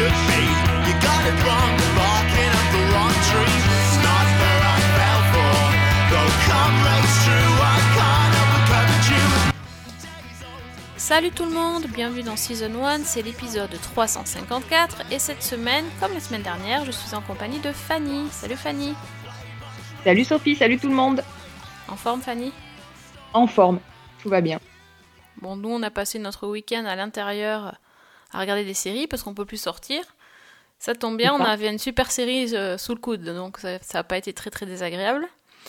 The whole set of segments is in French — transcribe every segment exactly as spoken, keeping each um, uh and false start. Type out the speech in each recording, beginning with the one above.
should be. You got it wrong, barking up the wrong tree. It's not where I fell for. Though come race true, I can't help but covet you. Salut tout le monde, bienvenue dans Season un, c'est l'épisode trois cent cinquante-quatre et cette semaine, comme la semaine dernière, je suis en compagnie de Fanny. Salut Fanny. Salut Sophie, salut tout le monde. En forme Fanny? En forme, tout va bien. Bon, nous on a passé notre week-end à l'intérieur à regarder des séries parce qu'on peut plus sortir. Ça tombe bien, on avait une super série euh, sous le coude, donc ça n'a pas été très très désagréable.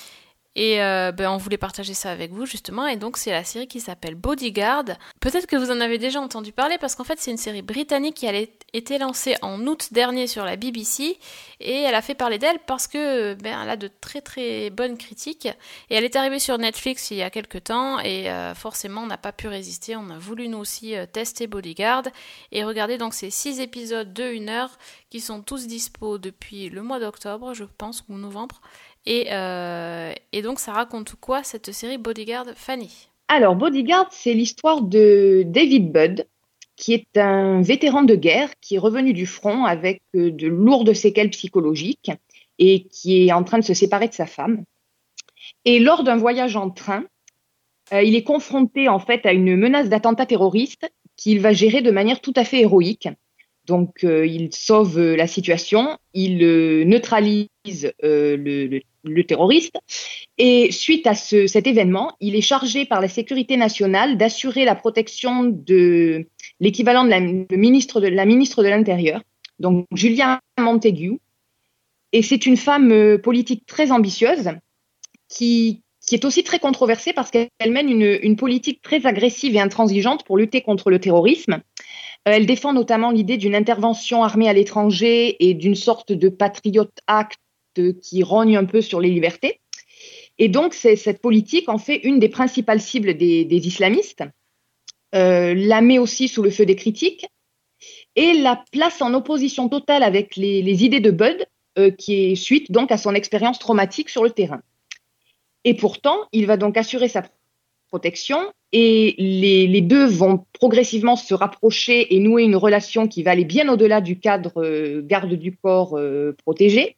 Et euh, ben, on voulait partager ça avec vous justement, et donc c'est la série qui s'appelle Bodyguard. Peut-être que vous en avez déjà entendu parler parce qu'en fait c'est une série britannique qui a été lancée en août dernier sur la B B C, et elle a fait parler d'elle parce que ben, elle a de très très bonnes critiques, et elle est arrivée sur Netflix il y a quelques temps, et euh, forcément on n'a pas pu résister, on a voulu nous aussi euh, tester Bodyguard et regarder donc ces six épisodes de une heure qui sont tous dispo depuis le mois d'octobre je pense, ou novembre. Et, euh, et donc, ça raconte quoi, cette série Bodyguard, Fanny? Alors, Bodyguard, c'est l'histoire de David Budd, qui est un vétéran de guerre qui est revenu du front avec de lourdes séquelles psychologiques et qui est en train de se séparer de sa femme. Et lors d'un voyage en train, euh, il est confronté en fait à une menace d'attentat terroriste qu'il va gérer de manière tout à fait héroïque. Donc, euh, il sauve euh, la situation, il euh, neutralise euh, le, le, le terroriste. Et suite à ce, cet événement, il est chargé par la sécurité nationale d'assurer la protection de l'équivalent de la, le ministre de la ministre de l'Intérieur, donc Julia Montagu. Et c'est une femme euh, politique très ambitieuse qui, qui est aussi très controversée parce qu'elle mène une, une politique très agressive et intransigeante pour lutter contre le terrorisme. Elle défend notamment l'idée d'une intervention armée à l'étranger et d'une sorte de Patriot Act qui rogne un peu sur les libertés. Et donc, c'est, cette politique en fait une des principales cibles des, des islamistes, euh, la met aussi sous le feu des critiques et la place en opposition totale avec les, les idées de Budd, euh, qui est suite donc à son expérience traumatique sur le terrain. Et pourtant, il va donc assurer sa protection, et les, les deux vont progressivement se rapprocher et nouer une relation qui va aller bien au-delà du cadre euh, garde du corps euh, protégé.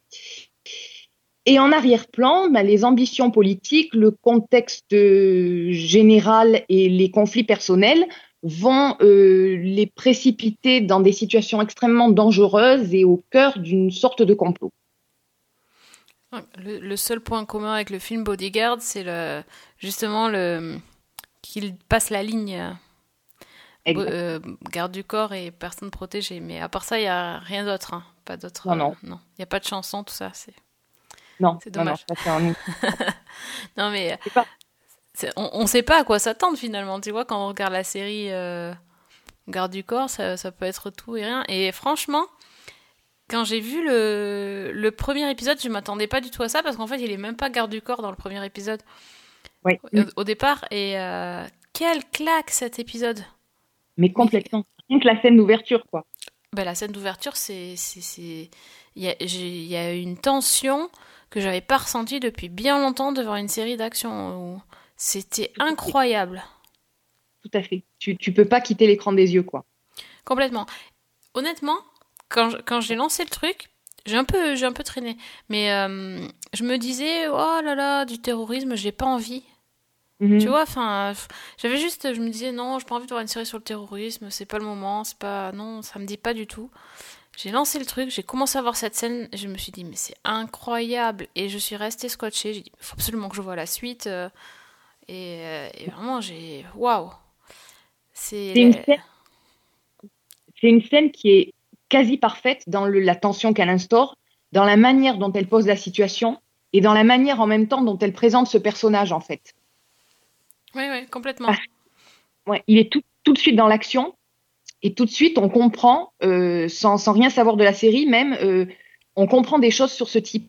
Et en arrière-plan, bah, les ambitions politiques, le contexte euh, général et les conflits personnels vont euh, les précipiter dans des situations extrêmement dangereuses et au cœur d'une sorte de complot. Le, le seul point commun avec le film Bodyguard, c'est le, justement le, qu'il passe la ligne bo, euh, garde du corps et personne protégée. Mais à part ça, il n'y a rien d'autre. Hein. Pas d'autre. Non, non. Il euh, n'y a pas de chanson, tout ça. C'est, non, c'est dommage. Non, non, ça, c'est en... non mais c'est pas... c'est, on ne sait pas à quoi s'attendre finalement. Tu vois, quand on regarde la série euh, garde du corps, ça, ça peut être tout et rien. Et franchement... Quand j'ai vu le, le premier épisode, je ne m'attendais pas du tout à ça, parce qu'en fait, il n'est même pas garde du corps dans le premier épisode. Oui. Au, au départ. Et euh, quelle claque, cet épisode! Mais complètement. Rien que la scène d'ouverture, quoi. Ben, la scène d'ouverture, c'est... c'est, c'est... Il, y a, j'ai, il y a une tension que je n'avais pas ressentie depuis bien longtemps devant une série d'action. Où c'était incroyable. Tout à fait. Tu ne peux pas quitter l'écran des yeux, quoi. Complètement. Honnêtement... Quand, je, quand j'ai lancé le truc, j'ai un peu, j'ai un peu traîné. Mais euh, je me disais, oh là là, du terrorisme, j'ai pas envie. Mm-hmm. Tu vois, enfin, j'avais juste, je me disais, non, j'ai pas envie de voir une série sur le terrorisme, c'est pas le moment, c'est pas, non, ça me dit pas du tout. J'ai lancé le truc, j'ai commencé à voir cette scène, et je me suis dit, mais c'est incroyable. Et je suis restée scotchée, j'ai dit, il faut absolument que je voie la suite. Euh, et, euh, et vraiment, j'ai, waouh. C'est, c'est, une scène... c'est une scène qui est quasi parfaite dans le, la tension qu'elle instaure, dans la manière dont elle pose la situation et dans la manière en même temps dont elle présente ce personnage en fait. Oui, oui, complètement. Parce, ouais, il est tout, tout de suite dans l'action et tout de suite on comprend, euh, sans, sans rien savoir de la série même, euh, on comprend des choses sur ce type.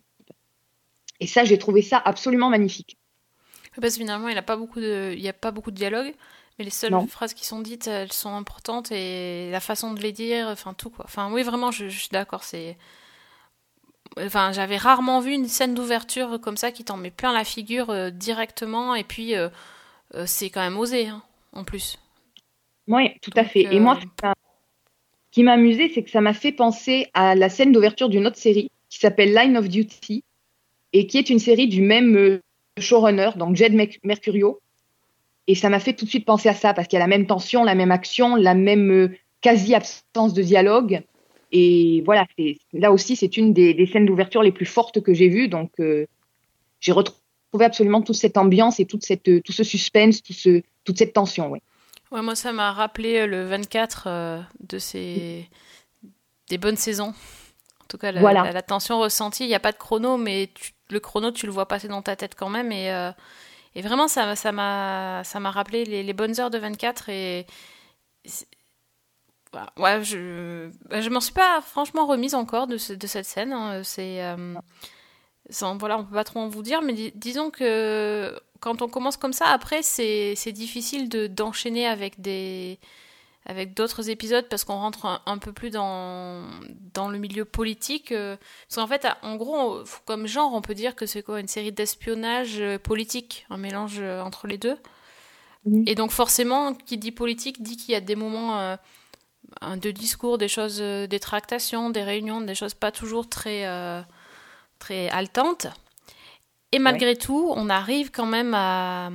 Et ça, j'ai trouvé ça absolument magnifique. Parce que finalement, il n'y a pas beaucoup de, il y a pas beaucoup de dialogue. Mais les seules non. phrases qui sont dites, elles sont importantes, et la façon de les dire, enfin tout quoi. Enfin oui, vraiment, je, je suis d'accord. C'est, enfin, j'avais rarement vu une scène d'ouverture comme ça qui t'en met plein la figure euh, directement, et puis euh, euh, c'est quand même osé, hein, en plus. Oui, tout Donc, à fait. Euh... Et moi, ça, qui m'a amusé, c'est que ça m'a fait penser à la scène d'ouverture d'une autre série qui s'appelle Line of Duty et qui est une série du même euh, showrunner, donc Jed Mercurio. Et ça m'a fait tout de suite penser à ça parce qu'il y a la même tension, la même action, la même euh, quasi-absence de dialogue. Et voilà, c'est, là aussi, c'est une des, des scènes d'ouverture les plus fortes que j'ai vues. Donc, euh, j'ai retrouvé absolument toute cette ambiance et toute cette, tout ce suspense, tout ce, toute cette tension. Ouais. Ouais, moi, ça m'a rappelé le vingt-quatre euh, de ces... des bonnes saisons. En tout cas, la, voilà. la, la tension ressentie. Il n'y a pas de chrono, mais tu, le chrono, tu le vois passer dans ta tête quand même. Et, euh, et vraiment, ça, ça, m'a, ça m'a rappelé les, les bonnes heures de vingt-quatre. Et... Ouais, je, je m'en suis pas franchement remise encore de, ce, de cette scène. Hein. C'est, euh, sans, voilà, on peut pas trop en vous dire, mais dis, disons que quand on commence comme ça, après, c'est, c'est difficile de, d'enchaîner avec des, avec d'autres épisodes parce qu'on rentre un, un peu plus dans, dans le milieu politique. Euh, parce qu'en fait, en gros, comme genre, on peut dire que c'est quoi, une série d'espionnage politique, un mélange entre les deux. Mmh. Et donc forcément, qui dit politique dit qu'il y a des moments euh, de discours, des choses, euh, des tractations, des réunions, des choses pas toujours très, euh, très haletantes. Et malgré ouais. tout, on arrive quand même à,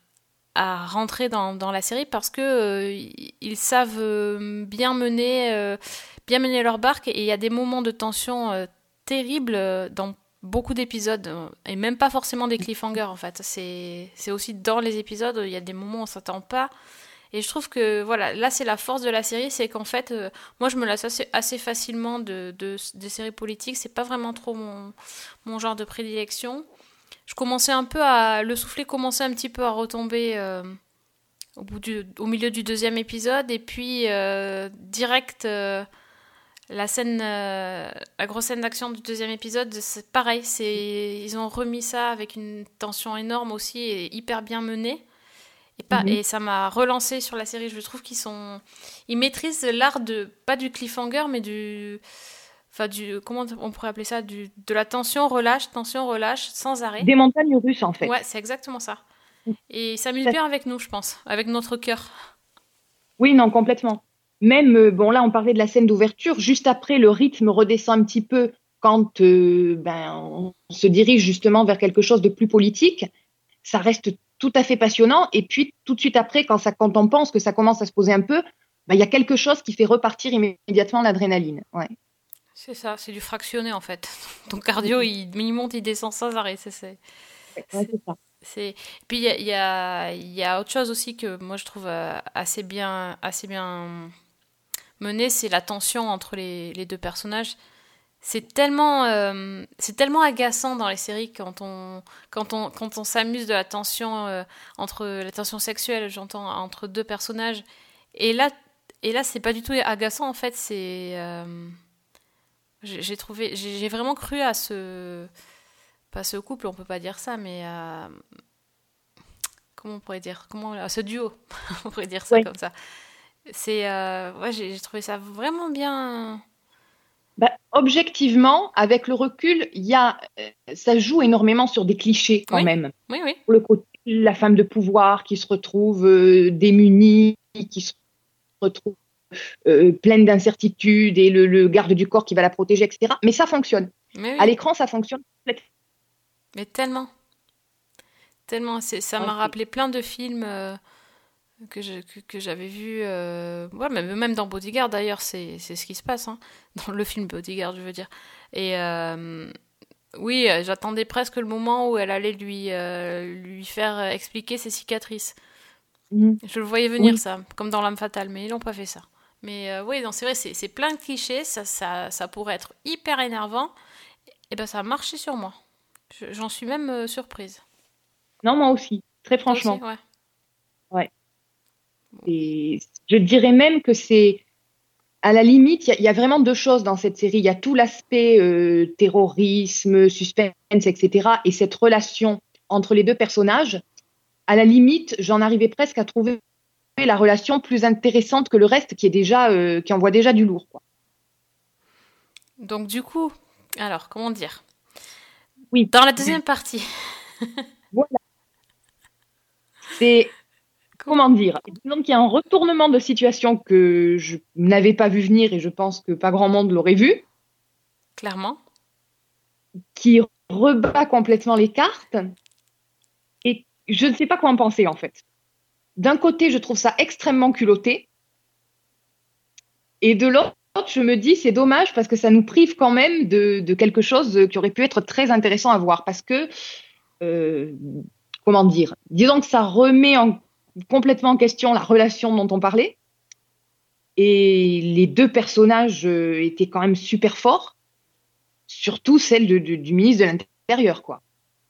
à rentrer dans, dans la série parce que euh, ils savent euh, bien mener, euh, bien mener leur barque. Et il y a des moments de tension euh, terribles dans beaucoup d'épisodes, et même pas forcément des cliffhangers en fait. C'est, c'est aussi dans les épisodes, il y a des moments où on s'attend pas. Et je trouve que voilà, là c'est la force de la série, c'est qu'en fait, euh, moi je me lasse assez, assez facilement de, de, des séries politiques, c'est pas vraiment trop mon, mon genre de prédilection. Je commençais un peu à, le soufflet commençait un petit peu à retomber euh, au, bout du, au milieu du deuxième épisode, et puis euh, direct, euh, la scène, euh, la grosse scène d'action du deuxième épisode, c'est pareil, c'est, ils ont remis ça avec une tension énorme aussi et hyper bien menée. Et, pas, mm-hmm. et ça m'a relancé sur la série. Je trouve qu'ils sont, ils maîtrisent l'art de pas du cliffhanger, mais du, enfin du, comment on pourrait appeler ça, du, de la tension relâche, tension relâche sans arrêt. Des montagnes russes en fait. Ouais, c'est exactement ça. Et ça s'amuse bien avec nous, je pense, avec notre cœur. Oui, non, complètement. Même, euh, bon là, on parlait de la scène d'ouverture. Juste après, le rythme redescend un petit peu quand euh, ben on se dirige justement vers quelque chose de plus politique. Ça reste tout à fait passionnant. Et puis, tout de suite après, quand, ça, quand on pense que ça commence à se poser un peu, bah, y a quelque chose qui fait repartir immédiatement l'adrénaline. Ouais. C'est ça, c'est du fractionné, en fait. Ton cardio, il, il monte, il descend sans arrêt. C'est, c'est, ouais, c'est ça. C'est... Puis, il y a, y, a, y a autre chose aussi que moi, je trouve assez bien, assez bien menée, c'est la tension entre les, les deux personnages. C'est tellement, euh, c'est tellement agaçant dans les séries quand on, quand on, quand on s'amuse de la tension euh, entre la tension sexuelle, j'entends, entre deux personnages. Et là, et là, c'est pas du tout agaçant en fait. C'est, euh, j'ai, j'ai trouvé, j'ai, j'ai vraiment cru à ce, pas ce couple, on peut pas dire ça, mais à, comment on pourrait dire, comment, à ce duo, on pourrait dire ça oui. comme ça. C'est, euh, ouais, j'ai, j'ai trouvé ça vraiment bien. Bah, objectivement, avec le recul, y a, euh, ça joue énormément sur des clichés quand oui. même. Oui, oui. Pour le côté, la femme de pouvoir qui se retrouve euh, démunie, qui se retrouve euh, pleine d'incertitudes et le, le garde du corps qui va la protéger, et cetera. Mais ça fonctionne. Mais oui. À l'écran, ça fonctionne. Mais tellement. Tellement. C'est, ça okay. m'a rappelé plein de films... Euh... Que, je, que, que j'avais vu, euh, ouais, même, même dans Bodyguard d'ailleurs, c'est, c'est ce qui se passe, hein, dans le film Bodyguard, je veux dire. Et euh, oui, j'attendais presque le moment où elle allait lui, euh, lui faire expliquer ses cicatrices. Mmh. Je le voyais venir, oui. ça, comme dans L'Âme Fatale, mais ils n'ont pas fait ça. Mais euh, oui, non, c'est vrai, c'est, c'est plein de clichés, ça, ça, ça pourrait être hyper énervant, et ben ça a marché sur moi. Je, j'en suis même euh, surprise. Non, moi aussi, très franchement. Aussi, ouais. Ouais. Et je dirais même que c'est, à la limite, il y, y a vraiment deux choses dans cette série. Il y a tout l'aspect euh, terrorisme, suspense, et cetera. Et cette relation entre les deux personnages. À la limite, j'en arrivais presque à trouver la relation plus intéressante que le reste, qui est déjà, euh, qui envoie déjà du lourd, quoi. Donc du coup, alors comment dire ? Oui. Dans la deuxième partie. Voilà. C'est comment dire, disons qu'il y a un retournement de situation que je n'avais pas vu venir et je pense que pas grand monde l'aurait vu, Clairement. qui rebat complètement les cartes et je ne sais pas quoi en penser en fait. D'un côté, je trouve ça extrêmement culotté et de l'autre, je me dis c'est dommage parce que ça nous prive quand même de, de quelque chose qui aurait pu être très intéressant à voir parce que, euh, comment dire, disons que ça remet en, complètement en question la relation dont on parlait et les deux personnages euh, étaient quand même super forts, surtout celle de, de, du ministre de l'Intérieur, quoi.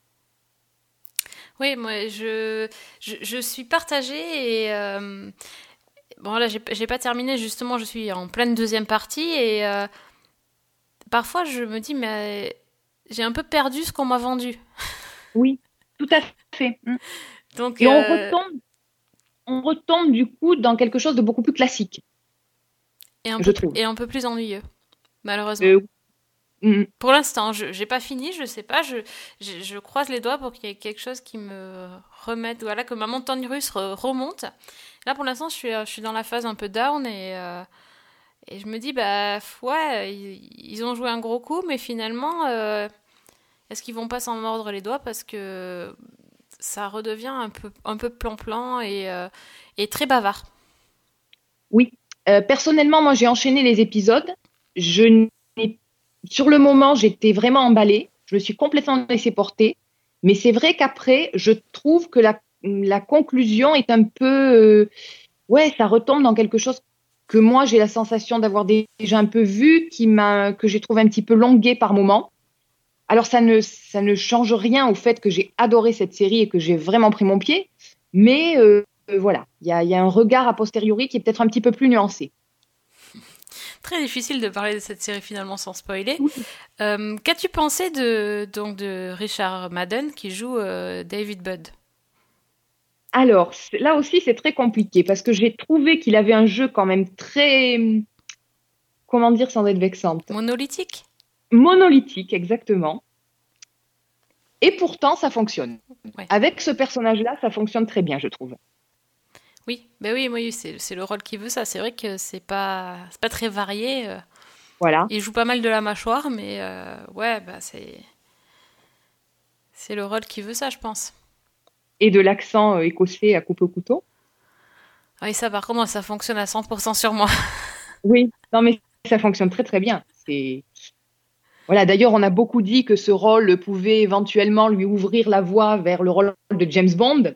Oui, moi, je, je, je suis partagée et... euh, bon, là, j'ai, j'ai pas terminé, justement, je suis en pleine deuxième partie et euh, parfois je me dis, mais j'ai un peu perdu ce qu'on m'a vendu. Oui, tout à fait. Donc, Et on euh, retombe, on retombe du coup dans quelque chose de beaucoup plus classique, et, un je peu, plus- trouve. et un peu plus ennuyeux, malheureusement. Euh, mm, Pour l'instant, je j'ai pas fini, je sais pas, je, je, je croise les doigts pour qu'il y ait quelque chose qui me remette, voilà, que ma montagne russe re- remonte. Là, pour l'instant, je suis, euh, je suis dans la phase un peu down et, euh, et je me dis, bah, ouais, ils, ils ont joué un gros coup, mais finalement, euh, est-ce qu'ils vont pas s'en mordre les doigts parce que ça redevient un peu, un peu plan-plan et, euh, et très bavard. oui. Euh, personnellement, moi, j'ai enchaîné les épisodes. Je n'ai, sur le moment, j'étais vraiment emballée. Je me suis complètement laissée porter. Mais c'est vrai qu'après, je trouve que la, la conclusion est un peu, euh, ouais, ça retombe dans quelque chose que moi, j'ai la sensation d'avoir déjà un peu vu, qui m'a, que j'ai trouvé un petit peu longué par moment. Alors, ça ne, ça ne change rien au fait que j'ai adoré cette série et que j'ai vraiment pris mon pied. Mais euh, euh, voilà, il y a, il y a un regard a posteriori qui est peut-être un petit peu plus nuancé. Très difficile de parler de cette série finalement sans spoiler. Oui. Euh, qu'as-tu pensé de, donc, de Richard Madden qui joue euh, David Budd? Alors, c'est- là aussi, c'est très compliqué parce que j'ai trouvé qu'il avait un jeu quand même très, comment dire sans être vexante, Monolithique? monolithique, exactement. Et pourtant, ça fonctionne. Ouais. Avec ce personnage-là, ça fonctionne très bien, je trouve. Oui, ben oui, oui, c'est, c'est le rôle qui veut ça. C'est vrai que c'est pas, c'est pas très varié. euh. Voilà. Il joue pas mal de la mâchoire, mais euh, ouais, bah c'est, c'est le rôle qui veut ça, je pense. Et de l'accent euh, écossais à couper au couteau. Ah, et ça, par contre, moi, ça fonctionne à cent pour cent sur moi. Oui. Non, mais ça fonctionne très, très bien. C'est, voilà. D'ailleurs, on a beaucoup dit que ce rôle pouvait éventuellement lui ouvrir la voie vers le rôle de James Bond.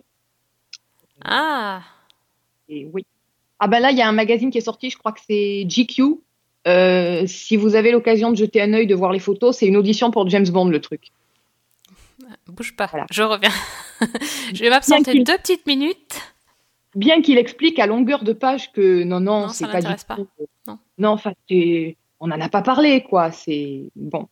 Ah, Et oui. Ah ben là, il y a un magazine qui est sorti, je crois que c'est G Q. Euh, si vous avez l'occasion de jeter un œil, de voir les photos, c'est une audition pour James Bond, le truc. bouge pas, Voilà. je reviens. Je vais Bien m'absenter qu'il deux petites minutes. bien qu'il explique à longueur de page que non, non, Non, ça c'est pas du l'intéresse pas. tout. Non. Non, enfin, c'est- on n'en a pas parlé, quoi. C'est bon.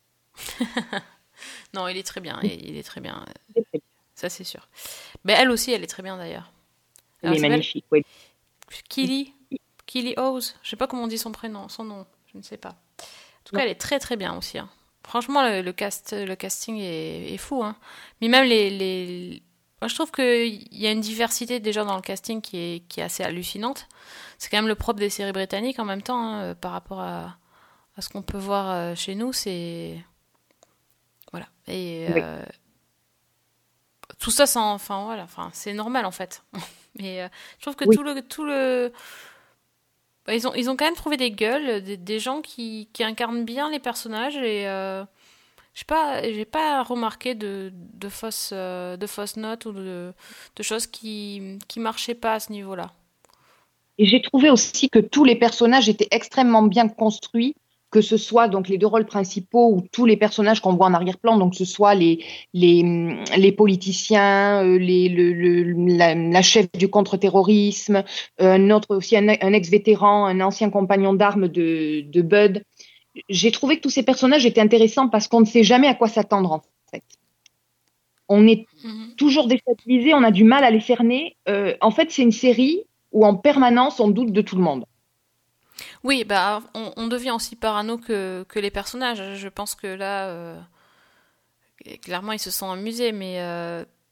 Non, il est très bien. Il il est très bien. C'est très bien. Ça, c'est sûr. Mais elle aussi, elle est très bien d'ailleurs. Il Alors, est elle s'appelle magnifique, oui. Killy. Killy Howes. Je sais pas comment on dit son prénom, son nom. Je ne sais pas. En tout cas, Non. elle est très très bien aussi, hein. Franchement, le, le cast, le casting est, est fou, hein. Mais même les, les... Moi, je trouve qu'il y a une diversité déjà dans le casting qui est, qui est assez hallucinante. C'est quand même le propre des séries britanniques en même temps, hein, euh, par rapport à, à ce qu'on peut voir euh, chez nous. C'est. Voilà. Et Oui, euh, tout ça sans. Enfin, voilà. Enfin, c'est normal en fait. Mais euh, je trouve que oui. tout le. Tout le... Bah, Ils ont, ils ont quand même trouvé des gueules, des, des gens qui, qui incarnent bien les personnages et euh, je sais pas, j'ai pas remarqué de, de fausses, euh, de fausses notes ou de, de choses qui, qui marchaient pas à ce niveau-là. Et j'ai trouvé aussi que tous les personnages étaient extrêmement bien construits, que ce soit donc les deux rôles principaux ou tous les personnages qu'on voit en arrière-plan, donc que ce soit les, les, les politiciens, euh, les, le, le, la, la chef du contre-terrorisme, euh, un autre aussi un, un ex-vétéran, un ancien compagnon d'armes de, de Bud. J'ai trouvé que tous ces personnages étaient intéressants parce qu'on ne sait jamais à quoi s'attendre en fait. On est Mhm. toujours déstabilisé, on a du mal à les cerner. Euh, en fait, c'est une série où en permanence on doute de tout le monde. Oui, bah on, on devient aussi parano que, que les personnages. Je pense que là, euh, clairement, ils se sont amusés, mais euh,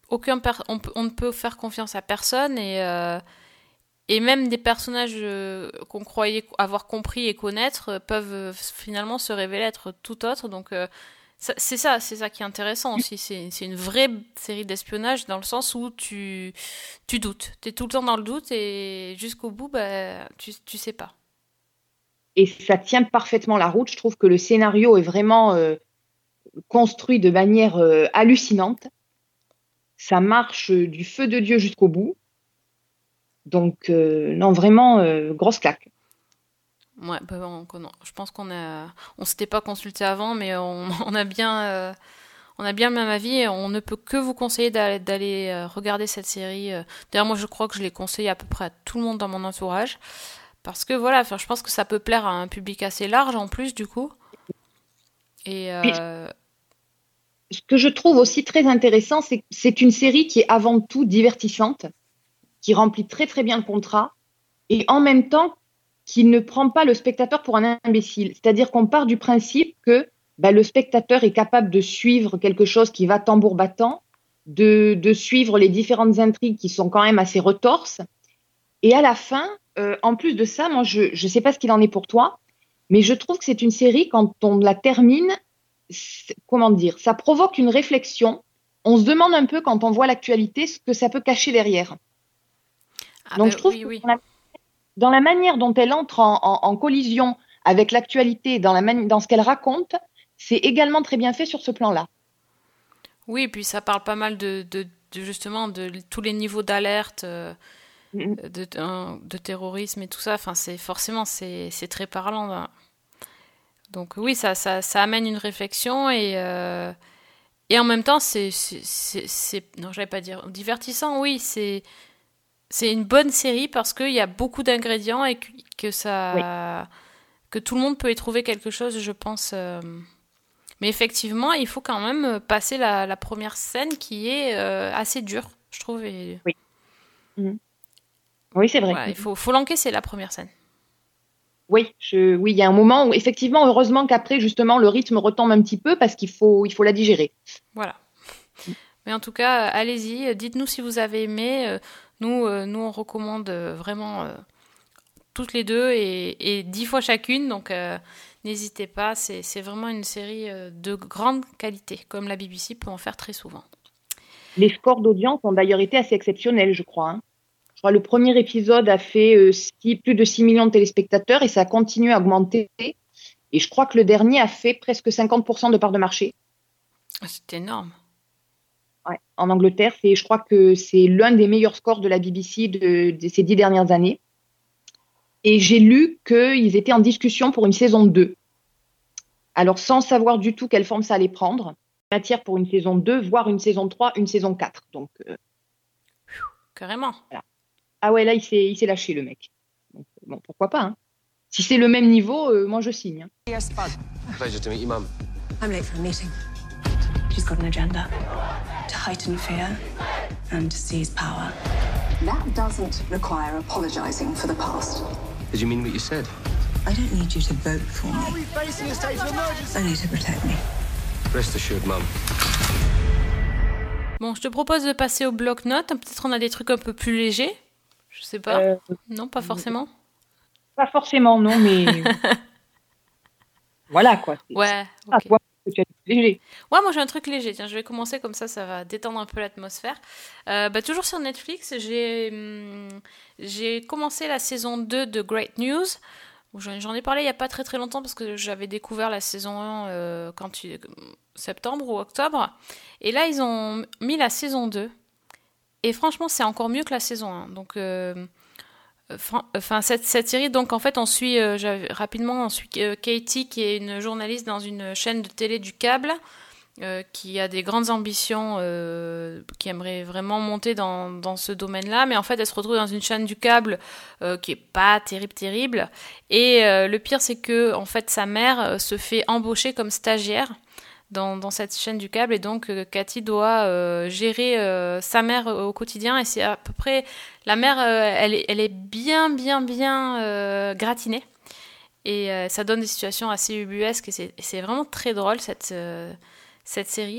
aucun per- on, peut- on ne peut faire confiance à personne et, euh, et même des personnages euh, qu'on croyait avoir compris et connaître euh, peuvent euh, finalement se révéler être tout autre. Donc euh, ça- c'est ça, c'est ça qui est intéressant aussi. C'est, c'est une vraie série d'espionnage dans le sens où tu, tu doutes. Tu es tout le temps dans le doute et jusqu'au bout, bah, tu, tu sais pas. Et ça tient parfaitement la route. Je trouve que le scénario est vraiment euh, construit de manière euh, hallucinante. Ça marche euh, du feu de Dieu jusqu'au bout. Donc, euh, non, vraiment, euh, grosse claque. Ouais, bah, on- on- je pense qu'on a, on s'était pas consulté avant, mais on, on a bien, euh, on a bien le même avis et on ne peut que vous conseiller d'aller, d'aller euh, regarder cette série. euh. D'ailleurs, moi, je crois que je l'ai conseillé à peu près à tout le monde dans mon entourage. Parce que voilà, enfin, je pense que ça peut plaire à un public assez large en plus, du coup. Et Puis, euh, ce que je trouve aussi très intéressant, c'est que c'est une série qui est avant tout divertissante, qui remplit très très bien le contrat, et en même temps qui ne prend pas le spectateur pour un imbécile. C'est-à-dire qu'on part du principe que bah, le spectateur est capable de suivre quelque chose qui va tambour battant, de, de suivre les différentes intrigues qui sont quand même assez retorses. Et à la fin, euh, en plus de ça, moi, je ne sais pas ce qu'il en est pour toi, mais je trouve que c'est une série, quand on la termine, c'est- comment dire, ça provoque une réflexion. On se demande un peu, quand on voit l'actualité, ce que ça peut cacher derrière. ah Donc, bah je trouve oui, que oui. dans la, dans la manière dont elle entre en, en- en collision avec l'actualité, dans, la mani- dans ce qu'elle raconte, c'est également très bien fait sur ce plan-là. Oui, puis ça parle pas mal de, de, de justement de tous les niveaux d'alerte, euh, Mm, de, de, de terrorisme et tout ça. Enfin, c'est forcément c'est, c'est très parlant. Hein. Donc oui, ça, ça, ça amène une réflexion et euh, et en même temps, c'est, c'est, c'est, c'est- non, j'allais pas dire divertissant. Oui, c'est, c'est une bonne série parce qu'il y a beaucoup d'ingrédients et que, que oui. ça, que tout le monde peut y trouver quelque chose, je pense. euh. Mais effectivement, il faut quand même passer la, la première scène qui est euh, assez dure, je trouve. Et Oui, Mm. Oui, c'est vrai. voilà, Mm. il faut, faut l'encaisser la première scène. Oui, je, oui, il y a un moment où, effectivement, heureusement qu'après, justement, le rythme retombe un petit peu parce qu'il faut, il faut la digérer. Voilà. Mais en tout cas, euh, allez-y, euh, dites-nous si vous avez aimé. euh, Nous, euh, nous on recommande euh, vraiment euh, toutes les deux et, et dix fois chacune. Donc, euh, n'hésitez pas. C'est, c'est vraiment une série euh, de grande qualité, comme la B B C peut en faire très souvent. Les scores d'audience ont d'ailleurs été assez exceptionnels, je crois, hein. Je crois que le premier épisode a fait euh, six- plus de six millions de téléspectateurs et ça continue à augmenter. Et je crois que le dernier a fait presque cinquante pour cent de part de marché. Ah, c'est énorme. Ouais. En Angleterre, c'est, je crois que c'est l'un des meilleurs scores de la B B C de, de ces dix dernières années. Et j'ai lu qu'ils étaient en discussion pour une saison deux. Alors, sans savoir du tout quelle forme ça allait prendre, matière pour une saison deux, voire une saison trois, une saison quatre. Donc, euh, Carrément. voilà. Ah ouais, là, il s'est, il s'est lâché, le mec. Donc, euh, bon, pourquoi pas, hein. Si c'est le même niveau, euh, moi, je signe, hein. Yes, Bud. Pleasure to meet you, Mum. I'm late for a meeting. She's got an agenda to heighten fear and to seize power. That doesn't require apologizing for the past. Did you mean what you said? I don't need you to vote for me, only to protect me. Rest assured, Mum. Bon, je te propose de passer au bloc-notes. Peut-être on a des trucs un peu plus légers. Je sais pas. Euh, Non, pas forcément. Pas forcément, non, mais voilà, quoi. C'est Ouais, à ok. toi que tu as dit léger. Ouais, moi j'ai un truc léger. Tiens, je vais commencer comme ça, ça va détendre un peu l'atmosphère. Euh, bah, toujours sur Netflix, j'ai hum, j'ai commencé la saison deux de Great News. J'en j'en ai parlé il n'y a pas très très longtemps parce que j'avais découvert la saison un euh, quand il, septembre ou octobre. Et là, ils ont mis la saison deux. Et franchement, c'est encore mieux que la saison un. Donc, euh, enfin, cette, cette série, donc en fait, on suit euh, rapidement, on suit euh, Katie, qui est une journaliste dans une chaîne de télé du câble, euh, qui a des grandes ambitions, euh, qui aimerait vraiment monter dans, dans ce domaine-là, mais en fait, elle se retrouve dans une chaîne du câble euh, qui est pas terrible, terrible. Et euh, le pire, c'est que en fait, sa mère euh, se fait embaucher comme stagiaire dans, dans cette chaîne du câble, et donc euh, Cathy doit euh, gérer euh, sa mère euh, au quotidien, et c'est à peu près... La mère, euh, elle, est, elle est bien, bien, bien euh, gratinée, et euh, ça donne des situations assez ubuesques, et c'est, et c'est vraiment très drôle, cette, euh, cette série.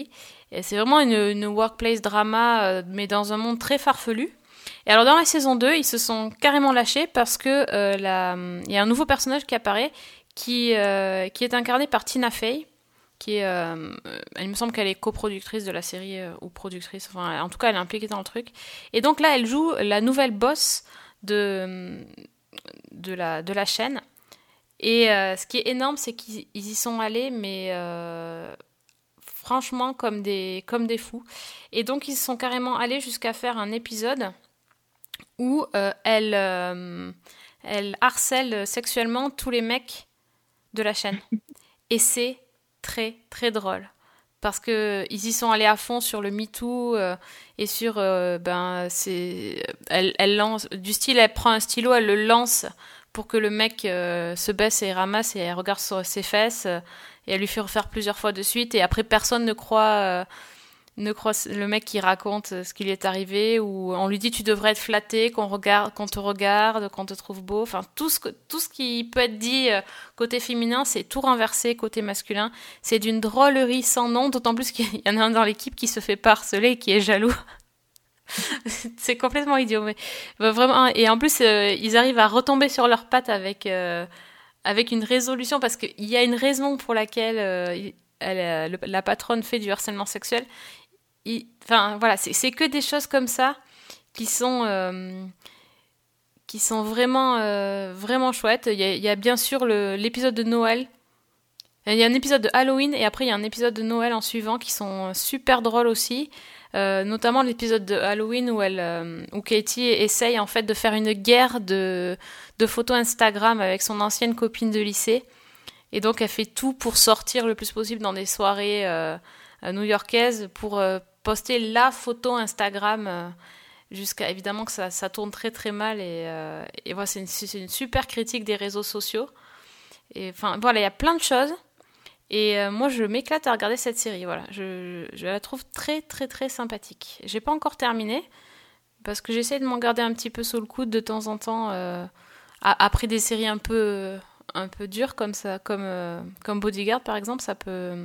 Et c'est vraiment une, une workplace drama, euh, mais dans un monde très farfelu. Et alors dans la saison deux, ils se sont carrément lâchés parce que euh, la, il y a un nouveau personnage qui apparaît qui, euh, qui est incarné par Tina Fey, qui est, euh, il me semble qu'elle est coproductrice de la série euh, ou productrice, enfin en tout cas elle est impliquée dans le truc. Et donc là elle joue la nouvelle boss de, de, la, de la chaîne. Et euh, ce qui est énorme, c'est qu'ils y sont allés, mais euh, franchement comme des, comme des fous. Et donc ils sont carrément allés jusqu'à faire un épisode où euh, elle, euh, elle harcèle sexuellement tous les mecs de la chaîne. Et c'est très, très drôle. Parce qu'ils y sont allés à fond sur le MeToo euh, et sur... Euh, ben, c'est, elle, elle lance... Du style, elle prend un stylo, elle le lance pour que le mec euh, se baisse et ramasse et elle regarde sur ses fesses euh, et elle lui fait refaire plusieurs fois de suite. Et après, personne ne croit... Euh, ne croit le mec qui raconte ce qui lui est arrivé, ou on lui dit tu devrais être flatté, qu'on regarde, qu'on te regarde, qu'on te trouve beau, enfin tout ce que, tout ce qui peut être dit euh, côté féminin, c'est tout renversé côté masculin. C'est d'une drôlerie sans nom, d'autant plus qu'il y en a un dans l'équipe qui se fait pas harceler et qui est jaloux. C'est complètement idiot, mais bah, vraiment. Et en plus euh, ils arrivent à retomber sur leurs pattes avec euh, avec une résolution, parce qu'il y a une raison pour laquelle euh, elle, la patronne fait du harcèlement sexuel. Il, enfin voilà, c'est, c'est que des choses comme ça qui sont euh, qui sont vraiment euh, vraiment chouettes. Il y a, il y a bien sûr le, l'épisode de Noël. Il y a un épisode de Halloween et après il y a un épisode de Noël en suivant qui sont super drôles aussi. Euh, notamment l'épisode de Halloween où elle, euh, où Katie essaye en fait de faire une guerre de de photos Instagram avec son ancienne copine de lycée. Et donc elle fait tout pour sortir le plus possible dans des soirées euh, new-yorkaises pour euh, poster la photo Instagram euh, jusqu'à évidemment que ça, ça tourne très très mal et, euh, et voilà, c'est une, c'est une super critique des réseaux sociaux. Et enfin voilà, il y a plein de choses et euh, moi je m'éclate à regarder cette série. Voilà, je, je la trouve très très très sympathique. J'ai pas encore terminé parce que j'essaie de m'en garder un petit peu sous le coude de temps en temps euh, à, après des séries un peu un peu dures comme ça, comme euh, comme Bodyguard par exemple, ça peut.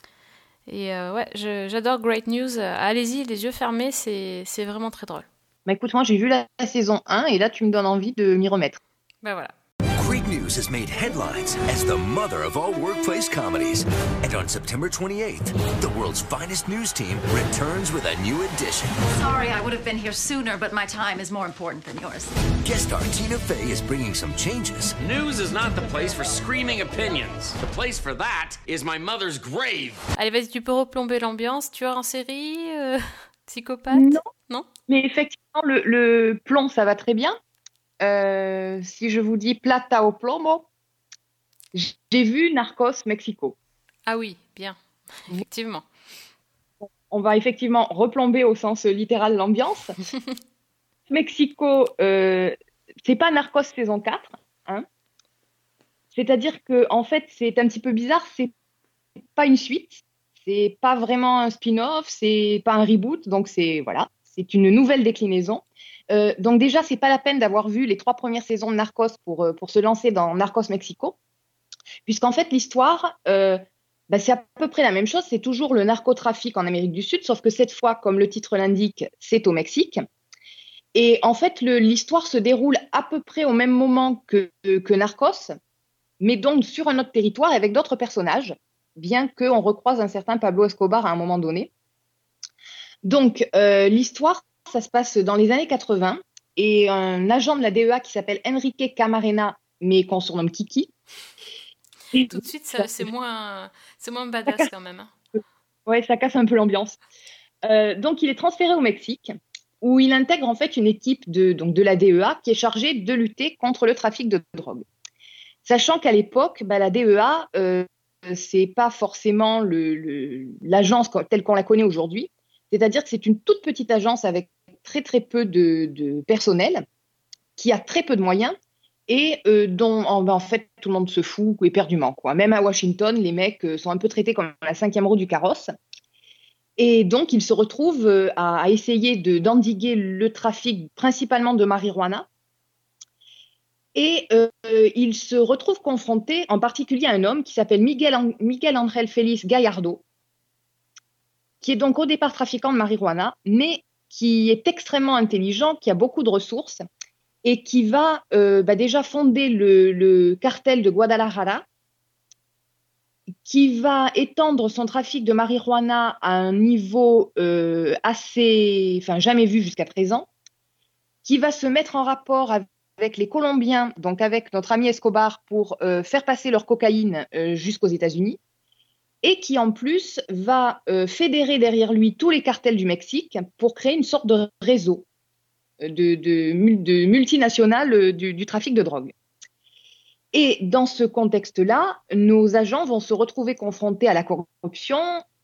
Et euh, ouais, je, j'adore Great News. Allez-y, les yeux fermés, c'est, c'est vraiment très drôle. Bah écoute, moi j'ai vu la, la saison un et là tu me donnes envie de m'y remettre. Ben voilà. Great News has made headlines as the mother of all workplace comedies. And on September twenty-eighth, the world's finest news team returns with a new edition. Sorry, I would have been here sooner, but my time is more important than yours. Guest star Tina Fey is bringing some changes. News is not the place for screaming opinions. The place for that is my mother's grave. Allez, vas-y, tu peux replomber l'ambiance. Tueur en série, euh, psychopathe. Non. Non. Mais effectivement, le, le plomb, ça va très bien. Euh, si je vous dis plata au plomo, j'ai vu Narcos Mexico. Ah oui, bien, effectivement. On va effectivement replomber au sens littéral l'ambiance. Mexico, euh, c'est pas Narcos saison quatre, hein. C'est-à-dire que en fait, c'est un petit peu bizarre, c'est pas une suite, c'est pas vraiment un spin-off, c'est pas un reboot, donc c'est voilà, c'est une nouvelle déclinaison. Euh, donc déjà, c'est pas la peine d'avoir vu les trois premières saisons de Narcos pour, pour se lancer dans Narcos Mexico, puisqu'en fait, l'histoire, euh, bah, c'est à peu près la même chose, c'est toujours le narcotrafic en Amérique du Sud, sauf que cette fois, comme le titre l'indique, c'est au Mexique. Et en fait, le, l'histoire se déroule à peu près au même moment que, que Narcos, mais donc sur un autre territoire avec d'autres personnages, bien qu'on recroise un certain Pablo Escobar à un moment donné. Donc, euh, l'histoire, ça se passe dans les années quatre-vingts et un agent de la D E A qui s'appelle Enrique Camarena, mais qu'on surnomme Kiki. Et tout de suite, ça, c'est moins, c'est moins badass casse, quand même. Hein. Ouais, ça casse un peu l'ambiance. Euh, donc, il est transféré au Mexique, où il intègre en fait une équipe de, donc de la D E A qui est chargée de lutter contre le trafic de drogue. Sachant qu'à l'époque, bah, la D E A, euh, c'est pas forcément le, le, l'agence telle qu'on la connaît aujourd'hui. C'est-à-dire que c'est une toute petite agence avec très très peu de, de personnel, qui a très peu de moyens et euh, dont en, en fait tout le monde se fout éperdument, quoi. Même à Washington, les mecs euh, sont un peu traités comme la cinquième roue du carrosse. Et donc ils se retrouvent euh, à, à essayer de, d'endiguer le trafic principalement de marijuana. Et euh, ils se retrouvent confrontés en particulier à un homme qui s'appelle Miguel, Miguel Ángel Félix Gallardo, qui est donc au départ trafiquant de marijuana, mais qui est extrêmement intelligent, qui a beaucoup de ressources et qui va euh, bah déjà fonder le, le cartel de Guadalajara, qui va étendre son trafic de marijuana à un niveau euh, assez, enfin jamais vu jusqu'à présent, qui va se mettre en rapport avec les Colombiens, donc avec notre ami Escobar, pour euh, faire passer leur cocaïne euh, jusqu'aux États-Unis, et qui en plus va euh, fédérer derrière lui tous les cartels du Mexique pour créer une sorte de réseau de, de, de multinational du, du trafic de drogue. Et dans ce contexte-là, nos agents vont se retrouver confrontés à la corruption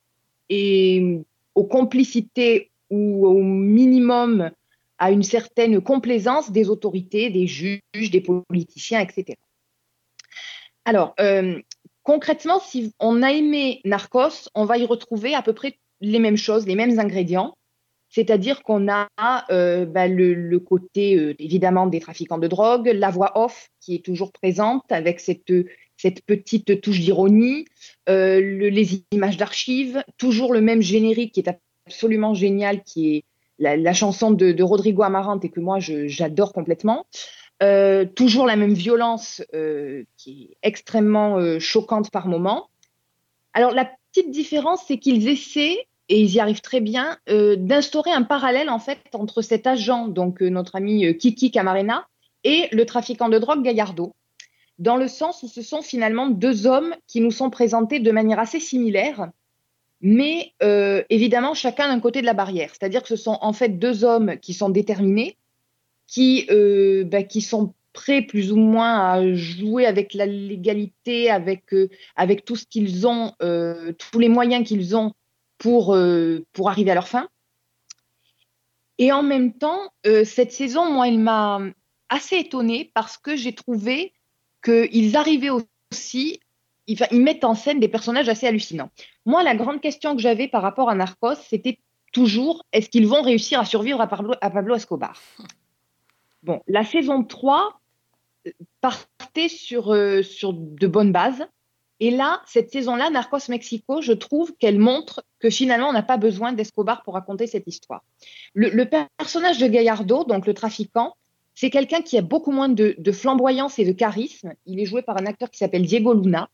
et aux complicités ou au minimum à une certaine complaisance des autorités, des juges, des politiciens, et cetera. Alors, euh, concrètement, si on a aimé Narcos, on va y retrouver à peu près les mêmes choses, les mêmes ingrédients. C'est-à-dire qu'on a euh, bah, le, le côté, euh, évidemment, des trafiquants de drogue, la voix off qui est toujours présente avec cette, cette petite touche d'ironie, euh, le, les images d'archives, toujours le même générique qui est absolument génial, qui est la, la chanson de, de Rodrigo Amarante et que moi, je, j'adore complètement. Euh, toujours la même violence euh, qui est extrêmement euh, choquante par moment. Alors, la petite différence, c'est qu'ils essaient et ils y arrivent très bien, euh, d'instaurer un parallèle en fait entre cet agent, donc euh, notre ami euh, Kiki Camarena, et le trafiquant de drogue Gallardo, dans le sens où ce sont finalement deux hommes qui nous sont présentés de manière assez similaire, mais euh, évidemment chacun d'un côté de la barrière. C'est-à-dire que ce sont en fait deux hommes qui sont déterminés, qui, euh, bah, qui sont prêts plus ou moins à jouer avec la légalité, avec, euh, avec tout ce qu'ils ont, euh, tous les moyens qu'ils ont Pour, euh, pour arriver à leur fin. Et en même temps, euh, cette saison, moi, elle m'a assez étonnée parce que j'ai trouvé qu'ils arrivaient aussi, ils, enfin, ils mettent en scène des personnages assez hallucinants. Moi, la grande question que j'avais par rapport à Narcos, c'était toujours, est-ce qu'ils vont réussir à survivre à Pablo, à Pablo Escobar? Bon, la saison trois partait sur, euh, sur de bonnes bases. Et là, cette saison-là, Narcos Mexico, je trouve qu'elle montre que finalement, on n'a pas besoin d'Escobar pour raconter cette histoire. Le, le personnage de Gallardo, donc le trafiquant, c'est quelqu'un qui a beaucoup moins de, de flamboyance et de charisme. Il est joué par un acteur qui s'appelle Diego Luna.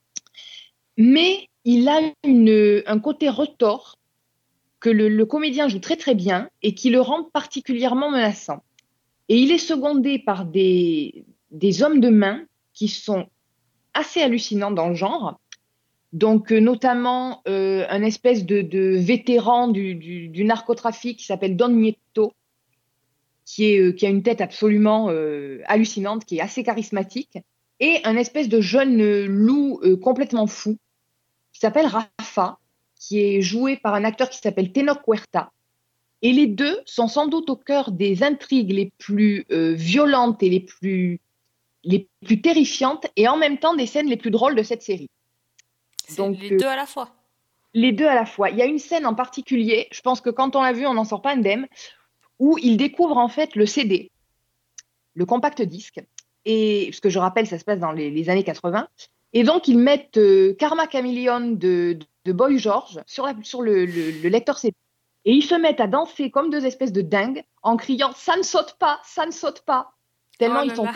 Mais il a une, un côté retors que le, le comédien joue très très bien et qui le rend particulièrement menaçant. Et il est secondé par des, des hommes de main qui sont assez hallucinant dans le genre. Donc, euh, notamment, euh, un espèce de, de vétéran du, du, du narcotrafic qui s'appelle Don Nieto, qui, est, euh, qui a une tête absolument euh, hallucinante, qui est assez charismatique, et un espèce de jeune euh, loup euh, complètement fou, qui s'appelle Rafa, qui est joué par un acteur qui s'appelle Tenoch Huerta. Et les deux sont sans doute au cœur des intrigues les plus euh, violentes et les plus les plus terrifiantes et en même temps des scènes les plus drôles de cette série. C'est Donc, les deux à la fois. Les deux à la fois. Il y a une scène en particulier, je pense que quand on l'a vu, on n'en sort pas indemne, où ils découvrent en fait le C D, le compact disque, et ce que je rappelle, ça se passe dans les, les années quatre-vingts, et donc ils mettent euh, Karma Chameleon de, de Boy George sur, la, sur le, le, le lecteur C D, et ils se mettent à danser comme deux espèces de dingues en criant « ça ne saute pas, ça ne saute pas ». Tellement oh ils sont... là.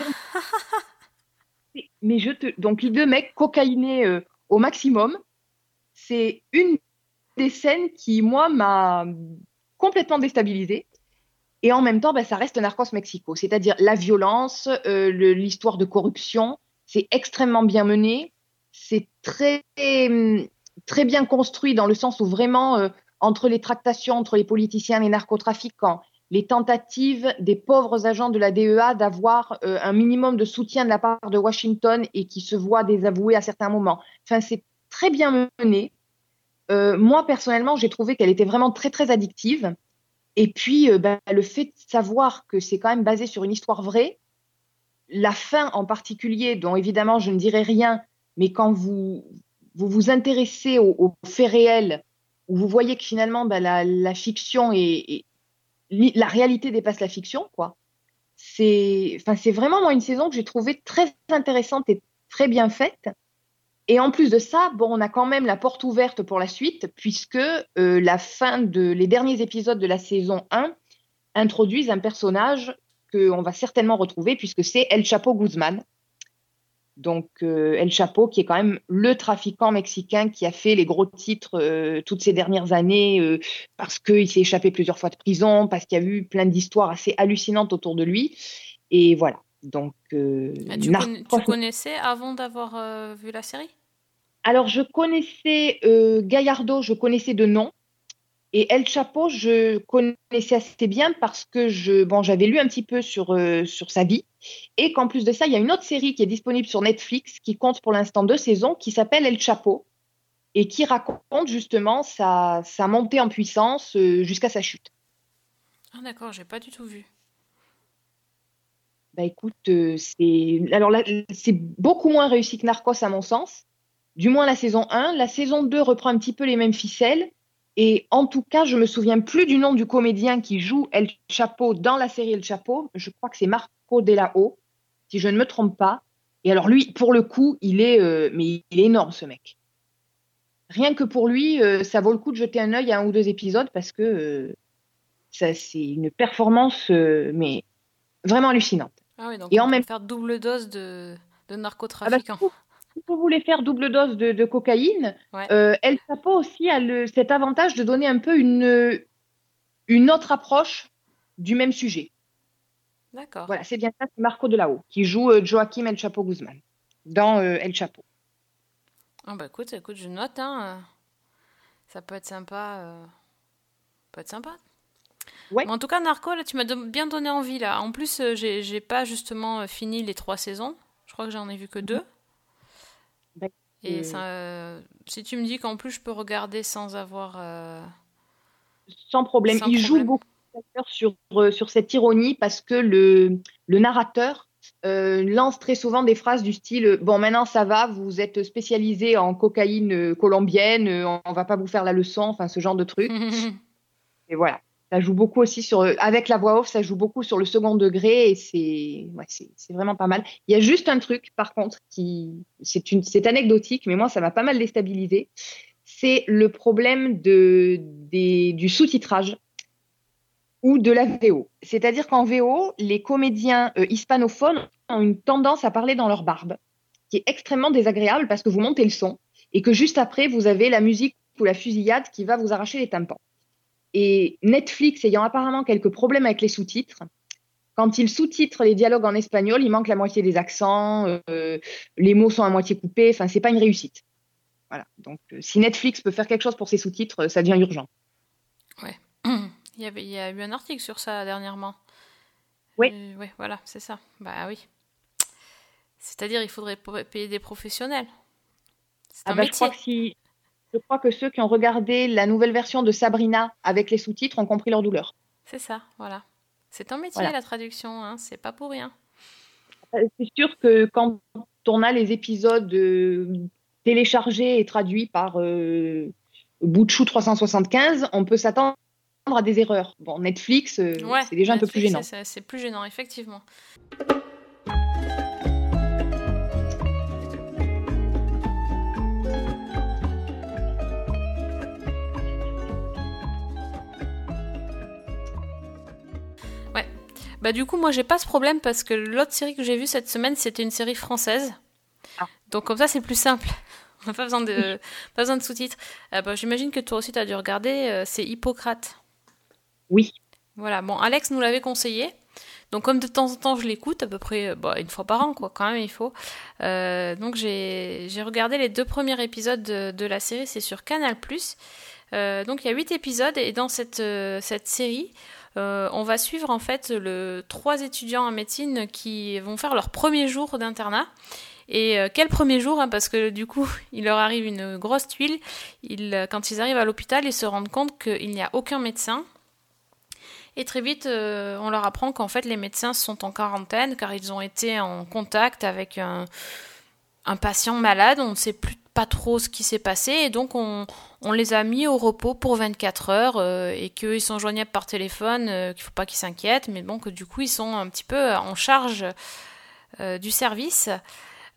Mais je te... Donc, les deux mecs cocaïnés euh, au maximum, c'est une des scènes qui, moi, m'a complètement déstabilisée. Et en même temps, ben, ça reste Narcos Mexico. C'est-à-dire la violence, euh, le, l'histoire de corruption, c'est extrêmement bien mené. C'est très, très bien construit dans le sens où vraiment, euh, entre les tractations, entre les politiciens et les narcotrafiquants, les tentatives des pauvres agents de la D E A d'avoir euh, un minimum de soutien de la part de Washington et qui se voient désavoués à certains moments. Enfin, c'est très bien mené. Euh, moi, personnellement, j'ai trouvé qu'elle était vraiment très, très addictive. Et puis, euh, bah, le fait de savoir que c'est quand même basé sur une histoire vraie, la fin en particulier, dont évidemment je ne dirai rien, mais quand vous vous, vous intéressez aux, aux faits réels, où vous voyez que finalement bah, la, la fiction est, est la réalité dépasse la fiction, quoi. C'est, enfin, c'est vraiment moi une saison que j'ai trouvée très intéressante et très bien faite. Et en plus de ça, bon, on a quand même la porte ouverte pour la suite, puisque euh, la fin de les derniers épisodes de la saison un introduisent un personnage qu'on va certainement retrouver, puisque c'est El Chapo Guzman. Donc, euh, El Chapo, qui est quand même le trafiquant mexicain qui a fait les gros titres euh, toutes ces dernières années, euh, parce qu'il s'est échappé plusieurs fois de prison, parce qu'il y a eu plein d'histoires assez hallucinantes autour de lui. Et voilà. Donc, euh, ah, tu, Narcos... conna- tu connaissais avant d'avoir euh, vu la série ? Alors, je connaissais euh, Gallardo, je connaissais de nom. Et El Chapo, je connaissais assez bien parce que je, bon, j'avais lu un petit peu sur, euh, sur sa vie. Et qu'en plus de ça, il y a une autre série qui est disponible sur Netflix qui compte pour l'instant deux saisons qui s'appelle El Chapo et qui raconte justement sa, sa montée en puissance euh, jusqu'à sa chute. Ah d'accord, j'ai pas du tout vu. Bah écoute, euh, c'est alors là, c'est beaucoup moins réussi que Narcos à mon sens. Du moins la saison un. La saison deux reprend un petit peu les mêmes ficelles. Et en tout cas, je me souviens plus du nom du comédien qui joue El Chapo dans la série El Chapo. Je crois que c'est Marco De La O, si je ne me trompe pas. Et alors lui, pour le coup, il est, euh, mais il est énorme ce mec. Rien que pour lui, euh, ça vaut le coup de jeter un œil à un ou deux épisodes parce que euh, ça, c'est une performance, euh, mais vraiment hallucinante. Ah oui, donc Et on en peut même faire double dose de, de Ah bah, narcotrafiquants. si vous- si vous voulez faire double dose de, de cocaïne, Ouais. euh, El Chapo aussi a le, cet avantage de donner un peu une, une autre approche du même sujet. D'accord. Voilà, c'est bien ça, c'est Marco De La O qui joue euh, Joaquim El Chapo Guzman dans euh, El Chapo. Ah bah écoute, écoute, je note, hein. euh, Ça peut être sympa. euh, peut être sympa. Ouais. Mais en tout cas, Narco, là, tu m'as don- bien donné envie, là. En plus, euh, j'ai, j'ai pas justement euh, fini les trois saisons. Je crois que j'en ai vu que deux. Bah, Et euh, ça, euh, si tu me dis qu'en plus je peux regarder sans avoir... euh, Sans problème. Sans Il joue problème. beaucoup d'ailleurs, sur, euh, sur cette ironie parce que le, le narrateur euh, lance très souvent des phrases du style euh, bon, maintenant ça va, vous êtes spécialisé en cocaïne euh, colombienne, euh, on, on va pas vous faire la leçon, enfin ce genre de truc. Et voilà. Ça joue beaucoup aussi sur, euh, avec la voix off, ça joue beaucoup sur le second degré et c'est, ouais, c'est, c'est vraiment pas mal. Il y a juste un truc, par contre, qui, c'est une, c'est anecdotique, mais moi, ça m'a pas mal déstabilisé. C'est le problème de, des, du sous-titrage ou de la V O. C'est-à-dire qu'en V O, les comédiens euh, hispanophones ont une tendance à parler dans leur barbe, qui est extrêmement désagréable parce que vous montez le son et que juste après, vous avez la musique ou la fusillade qui va vous arracher les tympans. Et Netflix ayant apparemment quelques problèmes avec les sous-titres, quand ils sous-titrent les dialogues en espagnol, il manque la moitié des accents, euh, les mots sont à moitié coupés, enfin, c'est pas une réussite. Voilà. Donc, euh, si Netflix peut faire quelque chose pour ses sous-titres, euh, ça devient urgent. Ouais. Il y avait, il y a eu un article sur ça dernièrement. Oui. Euh, ouais, voilà, c'est ça. Bah oui. C'est-à-dire, il faudrait po- payer des professionnels. C'est Ah un bah, je métier. crois que si, je crois que ceux qui ont regardé la nouvelle version de Sabrina avec les sous-titres ont compris leur douleur. C'est ça, voilà. C'est un métier, Voilà. la traduction, hein. C'est pas pour rien. Euh, C'est sûr que quand on a les épisodes euh, téléchargés et traduits par euh, Boutchou trois cent soixante-quinze, on peut s'attendre à des erreurs. Bon, Netflix, euh, Ouais, c'est déjà un peu plus Netflix, gênant. c'est- C'est plus gênant, effectivement. Ouais. Bah du coup, moi, j'ai pas ce problème parce que l'autre série que j'ai vue cette semaine, c'était une série française. Ah. Donc comme ça, c'est plus simple. On n'a pas besoin de, pas besoin de sous-titres. Euh, bah, j'imagine que toi aussi, tu as dû regarder. euh, c'est Hippocrate. Oui. Voilà, bon, Alex nous l'avait conseillé. Donc, comme de temps en temps, je l'écoute, à peu près bah, une fois par an, quoi, quand même, il faut. Euh, donc, j'ai, j'ai regardé les deux premiers épisodes de, de la série, c'est sur Canal+. Euh, donc, il y a huit épisodes, et dans cette, euh, cette série, euh, on va suivre, en fait, le, trois étudiants en médecine qui vont faire leur premier jour d'internat. Et euh, quel premier jour, hein, parce que du coup, il leur arrive une grosse tuile. Ils, quand ils arrivent à l'hôpital, ils se rendent compte qu'il n'y a aucun médecin. Et très vite, euh, on leur apprend qu'en fait, les médecins sont en quarantaine car ils ont été en contact avec un, un patient malade. On ne sait plus pas trop ce qui s'est passé et donc on, on les a mis au repos pour vingt-quatre heures euh, et qu'ils sont joignables par téléphone, euh, qu'il ne faut pas qu'ils s'inquiètent, mais bon, que du coup, ils sont un petit peu en charge euh, du service.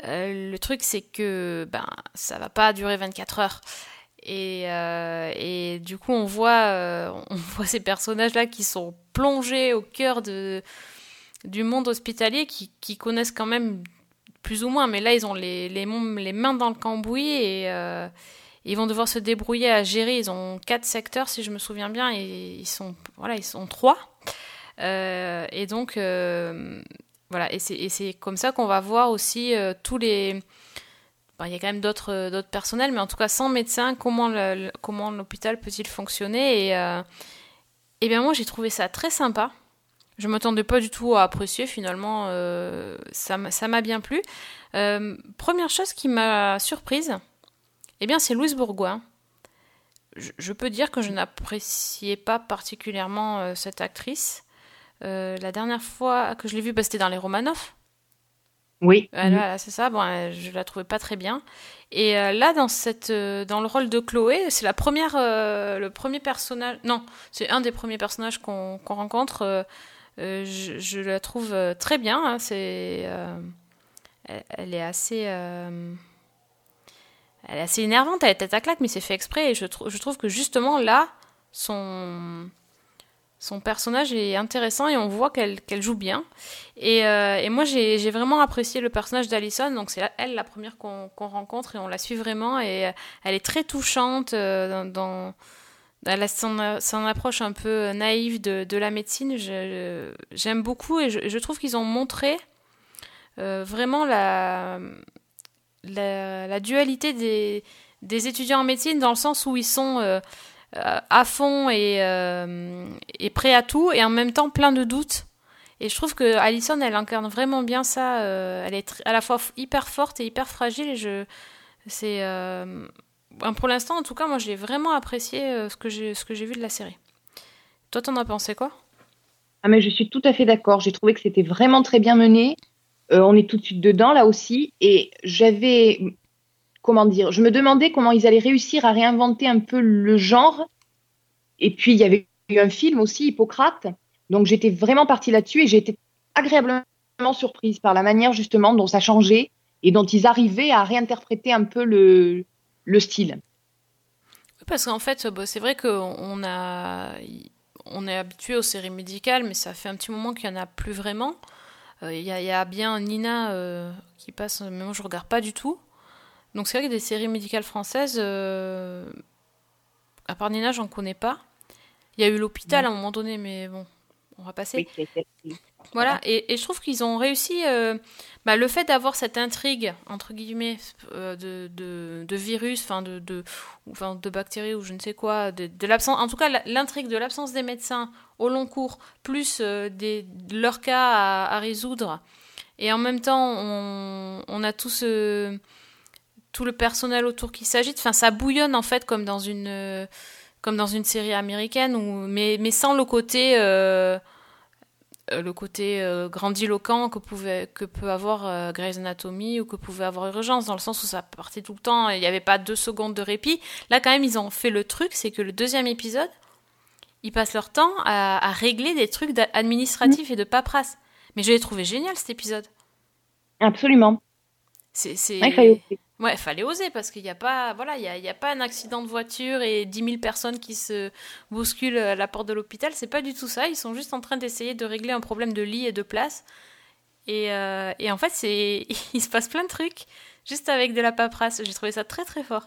Euh, le truc, c'est que ben, ça va pas durer vingt-quatre heures. Et, euh, et du coup, on voit, euh, on voit ces personnages-là qui sont plongés au cœur de, du monde hospitalier, qui, qui connaissent quand même plus ou moins, mais là, ils ont les, les, les mains dans le cambouis et euh, ils vont devoir se débrouiller à gérer. Ils ont quatre secteurs, si je me souviens bien, et ils sont, voilà, ils sont trois. Euh, et donc, euh, voilà, et c'est, et c'est comme ça qu'on va voir aussi euh, tous les... Bon, il y a quand même d'autres, euh, d'autres personnels, mais en tout cas, sans médecin, comment, le, le, comment l'hôpital peut-il fonctionner? Et, euh, et bien moi, j'ai trouvé ça très sympa. Je ne m'attendais pas du tout à apprécier, finalement, euh, ça, ça m'a bien plu. Euh, première chose qui m'a surprise, eh bien, c'est Louise Bourgoin. Je, je peux dire que je n'appréciais pas particulièrement euh, cette actrice. Euh, la dernière fois que je l'ai vue, bah, c'était dans Les Romanov. Oui. Euh, là, c'est ça. Bon, euh, je la trouvais pas très bien. Et euh, là, dans cette, euh, dans le rôle de Chloé, c'est la première, euh, le premier personnage. Non, c'est un des premiers personnages qu'on, qu'on rencontre. Euh, euh, je, je la trouve euh, très bien. Hein, c'est, euh, elle, elle est assez, euh, elle est assez énervante. Elle est tête à claque, mais c'est fait exprès. Et je, tr- je trouve que justement là, son Son personnage est intéressant et on voit qu'elle, qu'elle joue bien. Et, euh, et moi, j'ai, j'ai vraiment apprécié le personnage d'Alison. Donc, c'est elle la première qu'on, qu'on rencontre et on la suit vraiment. Et elle est très touchante euh, dans, dans elle a son, son approche un peu naïve de, de la médecine. Je, j'aime beaucoup et je, je trouve qu'ils ont montré euh, vraiment la, la, la dualité des, des étudiants en médecine dans le sens où ils sont... Euh, à fond et, euh, et prêt à tout et en même temps plein de doutes et je trouve que Alison elle incarne vraiment bien ça, euh, elle est tr- à la fois f- hyper forte et hyper fragile et je c'est euh, pour l'instant en tout cas moi j'ai vraiment apprécié euh, ce que j'ai ce que j'ai vu de la série. Toi t'en as pensé quoi? Ah mais je suis tout à fait d'accord, j'ai trouvé que c'était vraiment très bien mené, euh, on est tout de suite dedans là aussi et j'avais comment dire, je me demandais comment ils allaient réussir à réinventer un peu le genre. Et puis, il y avait eu un film aussi, Hippocrate. Donc, j'étais vraiment partie là-dessus et j'ai été agréablement surprise par la manière, justement, dont ça changeait et dont ils arrivaient à réinterpréter un peu le, le style. Parce qu'en fait, c'est vrai qu'on a, on est habitué aux séries médicales, mais ça fait un petit moment qu'il n'y en a plus vraiment. Il euh, y, y a bien Nina euh, qui passe, mais moi, je ne regarde pas du tout. Donc c'est vrai que des séries médicales françaises, euh, à part Nina, j'en connais pas. Il y a eu l'hôpital ouais. à un moment donné, mais bon, on va passer. Oui, c'est, c'est... Voilà, et, et je trouve qu'ils ont réussi, euh, bah, le fait d'avoir cette intrigue, entre guillemets, euh, de, de, de virus, enfin de, de, enfin de bactéries ou je ne sais quoi, de, de l'absence, en tout cas l'intrigue de l'absence des médecins au long cours, plus euh, des, leur cas à, à résoudre, et en même temps, on, on a tout ce... tout le personnel autour qui s'agite, enfin ça bouillonne en fait comme dans une euh, comme dans une série américaine où, mais mais sans le côté euh, le côté euh, grandiloquent que pouvait que peut avoir euh, Grey's Anatomy ou que pouvait avoir Urgence, dans le sens où ça partait tout le temps, il n'y avait pas deux secondes de répit. Là quand même ils ont fait le truc, c'est que le deuxième épisode, ils passent leur temps à, à régler des trucs administratifs mmh. et de paperasse. Mais je l'ai trouvé génial cet épisode. Absolument. C'est c'est ouais, il fallait oser. Ouais, fallait oser parce qu'il n'y a pas, voilà, il y a, il y a pas un accident de voiture et dix mille personnes qui se bousculent à la porte de l'hôpital. C'est pas du tout ça. Ils sont juste en train d'essayer de régler un problème de lit et de place. Et, euh, et en fait, c'est, il se passe plein de trucs juste avec de la paperasse. J'ai trouvé ça très très fort.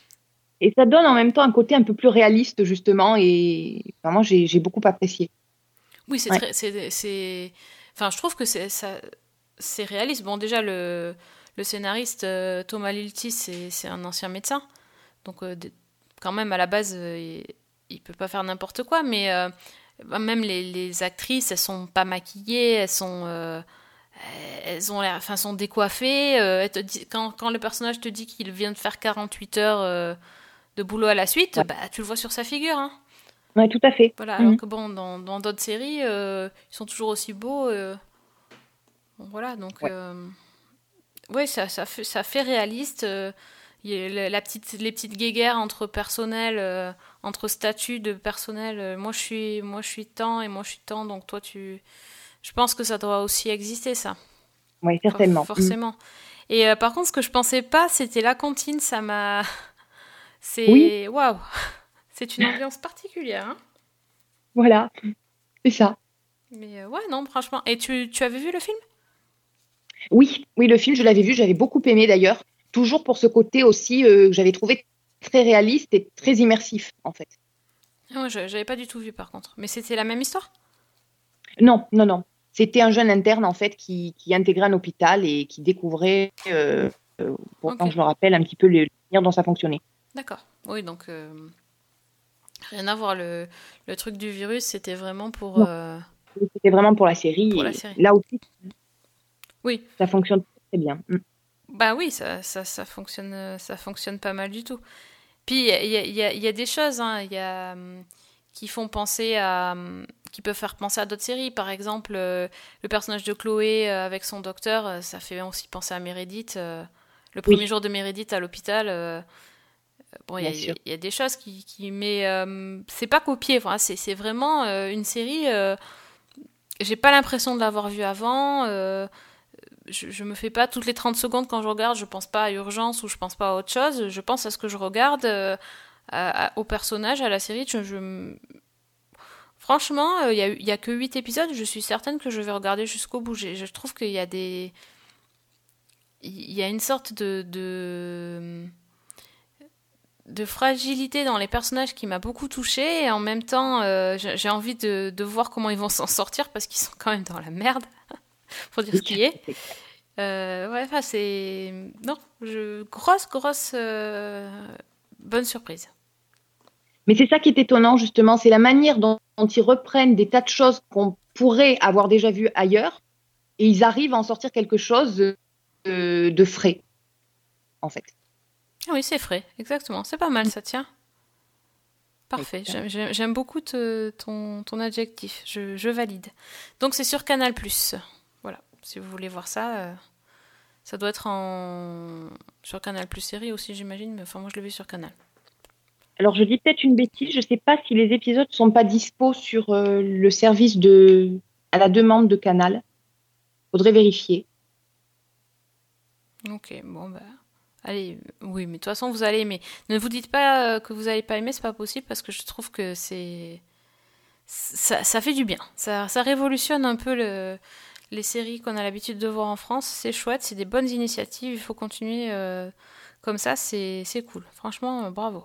Et ça donne en même temps un côté un peu plus réaliste justement. Et vraiment, j'ai, j'ai beaucoup apprécié. Oui, c'est, ouais. très, c'est, c'est, enfin, je trouve que c'est ça, c'est réaliste. Bon, déjà le Le scénariste euh, Thomas Lilti, c'est, c'est un ancien médecin, donc euh, de, quand même à la base, euh, il, il peut pas faire n'importe quoi, mais euh, même les, les actrices, elles sont pas maquillées, elles sont, euh, elles ont l'air, enfin, sont décoiffées. Euh, elles te dit, quand, quand le personnage te dit qu'il vient de faire quarante-huit heures euh, de boulot à la suite, ouais. bah tu le vois sur sa figure. Hein. Ouais, tout à fait. Voilà, mmh. alors que bon, dans, dans d'autres séries, euh, ils sont toujours aussi beaux. Euh, bon, voilà, donc. Ouais. Euh, Oui, ça, ça, fait, ça fait réaliste. Euh, y a la, la petite, les petites guéguerres entre personnel, euh, entre statuts de personnel. Euh, moi, je suis, moi, je suis tant et moi, je suis tant. Donc, toi, tu. Je pense que ça doit aussi exister, ça. Oui, certainement. For- forcément. Mmh. Et euh, par contre, ce que je pensais pas, c'était la cantine. Ça m'a. C'est. Oui. Waouh! C'est une ambiance particulière. Hein. Voilà, c'est ça. Mais euh, ouais, non, franchement. Et tu, tu avais vu le film? Oui, oui, le film, je l'avais vu, j'avais beaucoup aimé d'ailleurs. Toujours pour ce côté aussi euh, que j'avais trouvé très réaliste et très immersif, en fait. Ah ouais, je j'avais pas du tout vu par contre. Mais c'était la même histoire? Non, non, non. C'était un jeune interne, en fait, qui, qui intégrait un hôpital et qui découvrait, euh, euh, pourtant Ok. je me rappelle un petit peu les manières dont ça fonctionnait. D'accord. Oui, donc euh, rien à voir. Le, le truc du virus, c'était vraiment pour. Non. euh, C'était vraiment pour la série. Pour et la série. Là aussi, Oui. ça fonctionne très bien. Mm. Bah oui, ça, ça, ça fonctionne, euh, ça fonctionne pas mal du tout. Puis il y a, il y a- il y a- il y a des choses, hein, il y a, hum, qui font penser à, hum, qui peuvent faire penser à d'autres séries. Par exemple, euh, le personnage de Chloé euh, avec son docteur, euh, ça fait aussi penser à Meredith. euh, le Oui. premier jour de Meredith à l'hôpital. euh, bon, il y a- Bien sûr. il y, a des choses qui, qui mais euh, c'est pas copié. Enfin, c'est, c'est vraiment euh, une série. euh, j'ai pas l'impression de l'avoir vue avant. euh, je, je me fais pas toutes les trente secondes quand je regarde, je pense pas à Urgence ou je pense pas à autre chose, je pense à ce que je regarde, euh, à- à- au personnage, à la série. Je, je- Franchement, il euh, y, a, y a que huit épisodes, je suis certaine que je vais regarder jusqu'au bout. J'ai- Je trouve qu'il y a des. Il y a une sorte de. de de fragilité dans les personnages qui m'a beaucoup touchée et en même temps euh, j'ai j'ai envie de, de voir comment ils vont s'en sortir parce qu'ils sont quand même dans la merde faut dire ce qui est. Euh, ouais, enfin, c'est. Non, je... grosse, grosse. euh, Bonne surprise. Mais c'est ça qui est étonnant, justement, c'est la manière dont, dont ils reprennent des tas de choses qu'on pourrait avoir déjà vues ailleurs et ils arrivent à en sortir quelque chose de, de frais, en fait. Ah oui, c'est frais, exactement. C'est pas mal, ça tient. Parfait, j'aime, j'aime, j'aime beaucoup te- ton, ton adjectif, je, je valide. Donc c'est sur Canal plus. Voilà, si vous voulez voir ça, euh, ça doit être en... sur Canal plus série aussi, j'imagine, mais enfin moi je l'ai vu sur Canal. Alors, je dis peut-être une bêtise, je ne sais pas si les épisodes ne sont pas dispo sur euh, le service de, à la demande de Canal. Faudrait vérifier. Ok, bon bah... Allez, oui, mais de toute façon, vous allez aimer. Ne vous dites pas euh, que vous n'allez pas aimer, c'est pas possible, parce que je trouve que c'est... Ça, ça fait du bien. Ça, ça révolutionne un peu le... les séries qu'on a l'habitude de voir en France. C'est chouette, c'est des bonnes initiatives, il faut continuer euh, comme ça, c'est, c'est cool. Franchement, euh, bravo.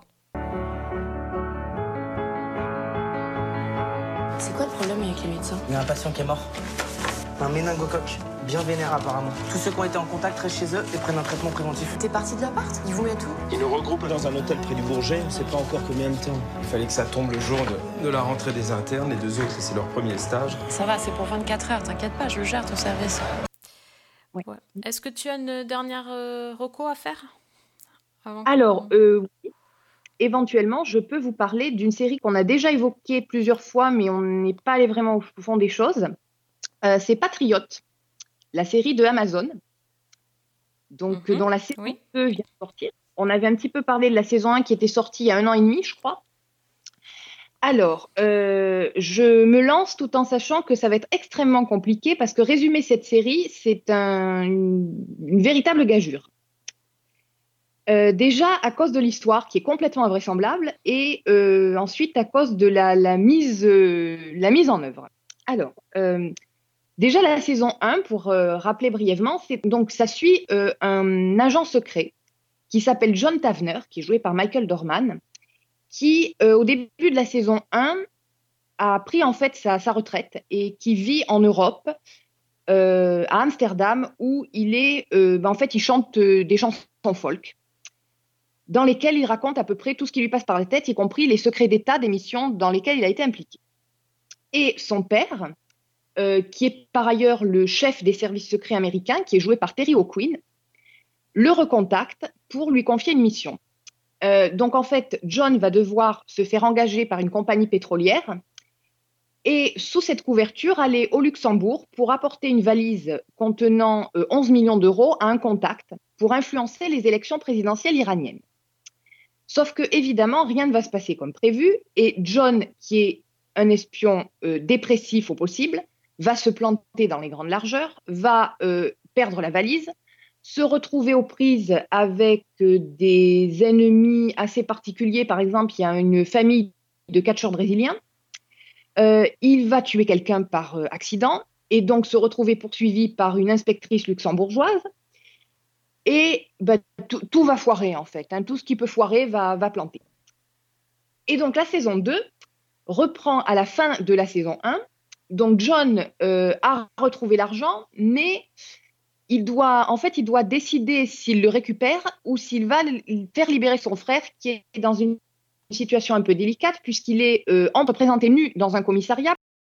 C'est quoi le problème avec les médecins? Il y a un patient qui est mort. Un méningocoque. Bien vénère apparemment. Tous ceux qui ont été en contact restent chez eux et prennent un traitement préventif. T'es parti de l'appart? Ils vous mettent où? Ils nous regroupent dans un hôtel près du Bourget, on sait pas encore combien de temps. Il fallait que ça tombe le jour de, de la rentrée des internes. Les deux autres, c'est leur premier stage. Ça va, c'est pour vingt-quatre heures, t'inquiète pas, je le gère ton service. Ouais. Ouais. Est-ce que tu as une dernière euh, reco à faire avant qu'on- Alors, euh, oui. Éventuellement, je peux vous parler d'une série qu'on a déjà évoquée plusieurs fois, mais on n'est pas allé vraiment au fond des choses. Euh, c'est Patriote, la série de Amazon, donc Mhm. dont la saison Oui. deux vient de sortir. On avait un petit peu parlé de la saison un qui était sortie il y a un an et demi, je crois. Alors, euh, je me lance tout en sachant que ça va être extrêmement compliqué parce que résumer cette série, c'est un- une, une véritable gageure. Euh, déjà à cause de l'histoire qui est complètement invraisemblable et euh, ensuite à cause de la, la mise, euh, la mise en œuvre. Alors, euh, déjà la saison un, pour euh, rappeler brièvement, c'est, donc ça suit euh, un agent secret qui s'appelle John Tavener, qui est joué par Michael Dorman, qui euh, au début de la saison un a pris en fait sa, sa retraite et qui vit en Europe, euh, à Amsterdam, où il est, euh, ben, en fait, il chante euh, des chansons folk, dans lesquelles il raconte à peu près tout ce qui lui passe par la tête, y compris les secrets d'État des missions dans lesquelles il a été impliqué. Et son père, euh, qui est par ailleurs le chef des services secrets américains, qui est joué par Terry O'Quinn, le recontacte pour lui confier une mission. Euh, donc en fait, John va devoir se faire engager par une compagnie pétrolière et sous cette couverture, aller au Luxembourg pour apporter une valise contenant euh, onze millions d'euros à un contact pour influencer les élections présidentielles iraniennes. Sauf que, évidemment, rien ne va se passer comme prévu et John, qui est un espion euh, dépressif au possible, va se planter dans les grandes largeurs, va euh, perdre la valise, se retrouver aux prises avec euh, des ennemis assez particuliers. Par exemple, il y a une famille de catcheurs brésiliens. Euh, il va tuer quelqu'un par euh, accident et donc se retrouver poursuivi par une inspectrice luxembourgeoise. Et bah, tout, tout va foirer, en fait. Hein. Tout ce qui peut foirer va, va planter. Et donc, la saison deux reprend à la fin de la saison un. Donc, John euh, a retrouvé l'argent, mais il doit, en fait, il doit décider s'il le récupère ou s'il va faire libérer son frère, qui est dans une situation un peu délicate, puisqu'il est euh, entre présenté nu dans un commissariat.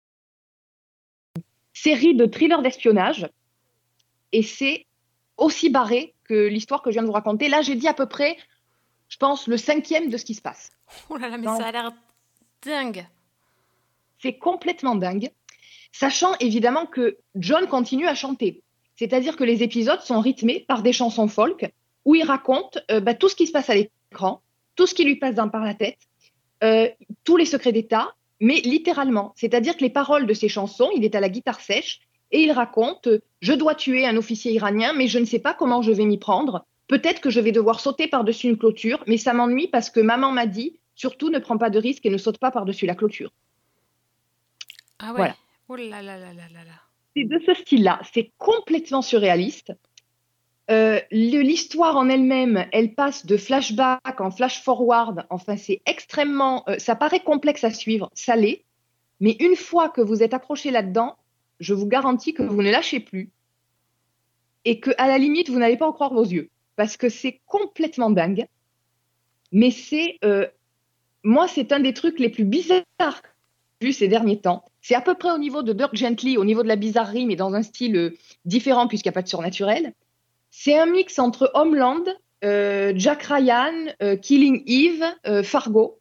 Série de thrillers d'espionnage. Et c'est aussi barré que l'histoire que je viens de vous raconter. Là, j'ai dit à peu près, je pense, le cinquième de ce qui se passe. Oh là là, mais Donc, ça a l'air dingue. C'est complètement dingue. Sachant évidemment que John continue à chanter. C'est-à-dire que les épisodes sont rythmés par des chansons folk où il raconte euh, bah, tout ce qui se passe à l'écran, tout ce qui lui passe dans, par la tête, euh, tous les secrets d'État, mais littéralement. C'est-à-dire que les paroles de ces chansons, il est à la guitare sèche et il raconte euh, « Je dois tuer un officier iranien, mais je ne sais pas comment je vais m'y prendre. Peut-être que je vais devoir sauter par-dessus une clôture, mais ça m'ennuie parce que maman m'a dit « Surtout, ne prends pas de risque et ne saute pas par-dessus la clôture. » Ah ouais. Voilà. Oh là là là là là là. C'est de ce style-là. C'est complètement surréaliste. Euh, le- l'histoire en elle-même, elle passe de flashback en flash-forward. Enfin, c'est extrêmement... euh, ça paraît complexe à suivre, ça l'est. Mais une fois que vous êtes accroché là-dedans, je vous garantis que vous ne lâchez plus. Et que, à la limite, vous n'allez pas en croire vos yeux. Parce que c'est complètement dingue. Mais c'est... euh, moi, c'est un des trucs les plus bizarres que j'ai vu ces derniers temps. C'est à peu près au niveau de Dirk Gently, au niveau de la bizarrerie, mais dans un style euh, différent puisqu'il n'y a pas de surnaturel. C'est un mix entre Homeland, euh, Jack Ryan, euh, Killing Eve, euh, Fargo.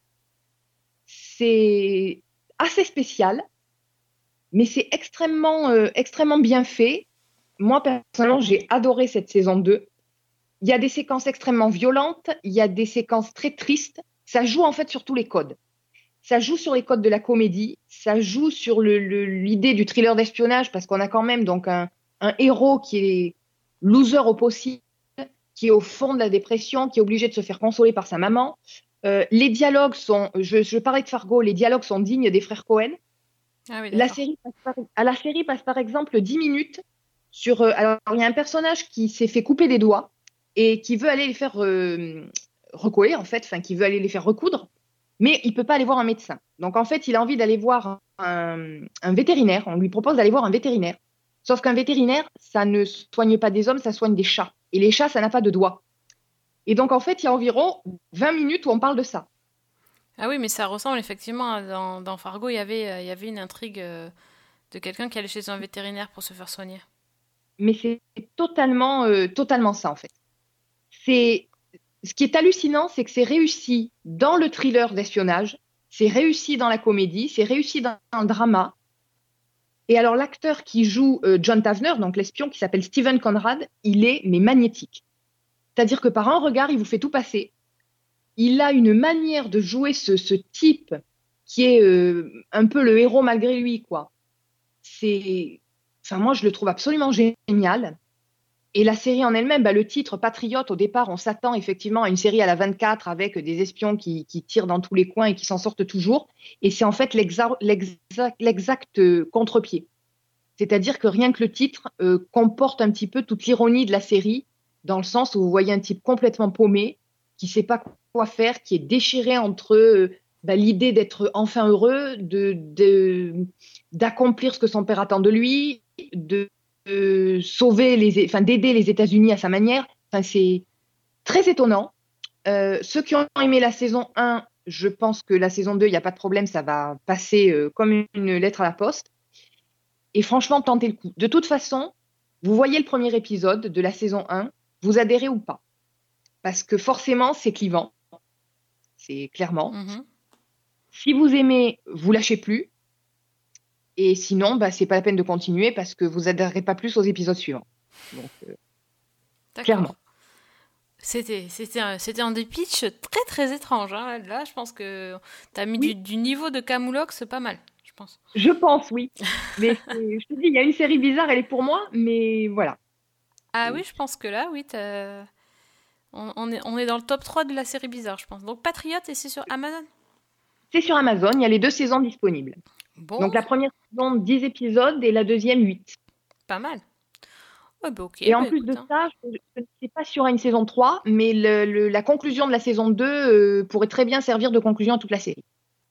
C'est assez spécial, mais c'est extrêmement, euh, extrêmement bien fait. Moi, personnellement, j'ai adoré cette saison deux. Il y a des séquences extrêmement violentes, il y a des séquences très tristes. Ça joue en fait sur tous les codes. Ça joue sur les codes de la comédie, ça joue sur le- le- l'idée du thriller d'espionnage, parce qu'on a quand même donc un, un héros qui est loser au possible, qui est au fond de la dépression, qui est obligé de se faire consoler par sa maman. Euh, les dialogues sont, je, je parlais de Fargo, les dialogues sont dignes des frères Cohen. Ah oui, La d'accord. série passe par, à la série passe par exemple dix minutes sur... euh, alors, il y a un personnage qui s'est fait couper des doigts et qui veut aller les faire euh, recoller, en fait, enfin, qui veut aller les faire recoudre, mais il peut pas aller voir un médecin. Donc, en fait, il a envie d'aller voir un, un vétérinaire. On lui propose d'aller voir un vétérinaire. Sauf qu'un vétérinaire, ça ne soigne pas des hommes, ça soigne des chats. Et les chats, ça n'a pas de doigts. Et donc, en fait, il y a environ vingt minutes où on parle de ça. Ah oui, mais ça ressemble effectivement à- dans, dans Fargo, il y avait, euh, il y avait une intrigue euh, de quelqu'un qui allait chez un vétérinaire pour se faire soigner. Mais c'est totalement, euh, totalement ça, en fait. C'est... Ce qui est hallucinant, c'est que c'est réussi dans le thriller d'espionnage, c'est réussi dans la comédie, c'est réussi dans le drama. Et alors, l'acteur qui joue euh, John Tavener, donc l'espion, qui s'appelle Steven Conrad, il est mais magnétique. C'est-à-dire que par un regard, il vous fait tout passer. Il a une manière de jouer ce, ce type qui est euh, un peu le héros malgré lui, quoi. C'est... Enfin, moi, je le trouve absolument génial. Et la série en elle-même, bah, le titre Patriote, au départ, on s'attend effectivement à une série à la vingt-quatre avec des espions qui, qui tirent dans tous les coins et qui s'en sortent toujours. Et c'est en fait l'exa- l'exact, l'exact euh, contre-pied. C'est-à-dire que rien que le titre euh, comporte un petit peu toute l'ironie de la série, dans le sens où vous voyez un type complètement paumé, qui ne sait pas quoi faire, qui est déchiré entre euh, bah, l'idée d'être enfin heureux, de, de, d'accomplir ce que son père attend de lui, de de sauver les, enfin d'aider les États-Unis à sa manière. Enfin, c'est très étonnant. Euh, ceux qui ont aimé la saison un, je pense que la saison deux, il n'y a pas de problème, ça va passer euh, comme une lettre à la poste. Et franchement, tentez le coup. De toute façon, vous voyez le premier épisode de la saison un, vous adhérez ou pas. Parce que forcément, c'est clivant. C'est clairement. Mhm. Si vous aimez, vous lâchez plus. Et sinon, bah, c'est pas la peine de continuer parce que vous adhérerez pas plus aux épisodes suivants. Donc, euh, D'accord. clairement. C'était, c'était, un, c'était un des pitchs très très étranges. Hein. Là, je pense que t'as mis Oui. du, du niveau de Camoulox pas mal, je pense. Je pense, oui. Mais c'est- je te dis, il y a une série bizarre, elle est pour moi, mais voilà. Ah oui, je pense que là, oui, t'as... On, on, est, on est dans le top trois de la série bizarre, je pense. Donc Patriote, et c'est sur Amazon? C'est sur Amazon, il y a les deux saisons disponibles. Bon. Donc la première saison, dix épisodes, et la deuxième, huit. Pas mal. Ouais, bah, ok. Et bah, en plus écoute, de hein. ça, je ne sais pas s'il y aura une saison trois, mais le, le, la conclusion de la saison deux euh, pourrait très bien servir de conclusion à toute la série.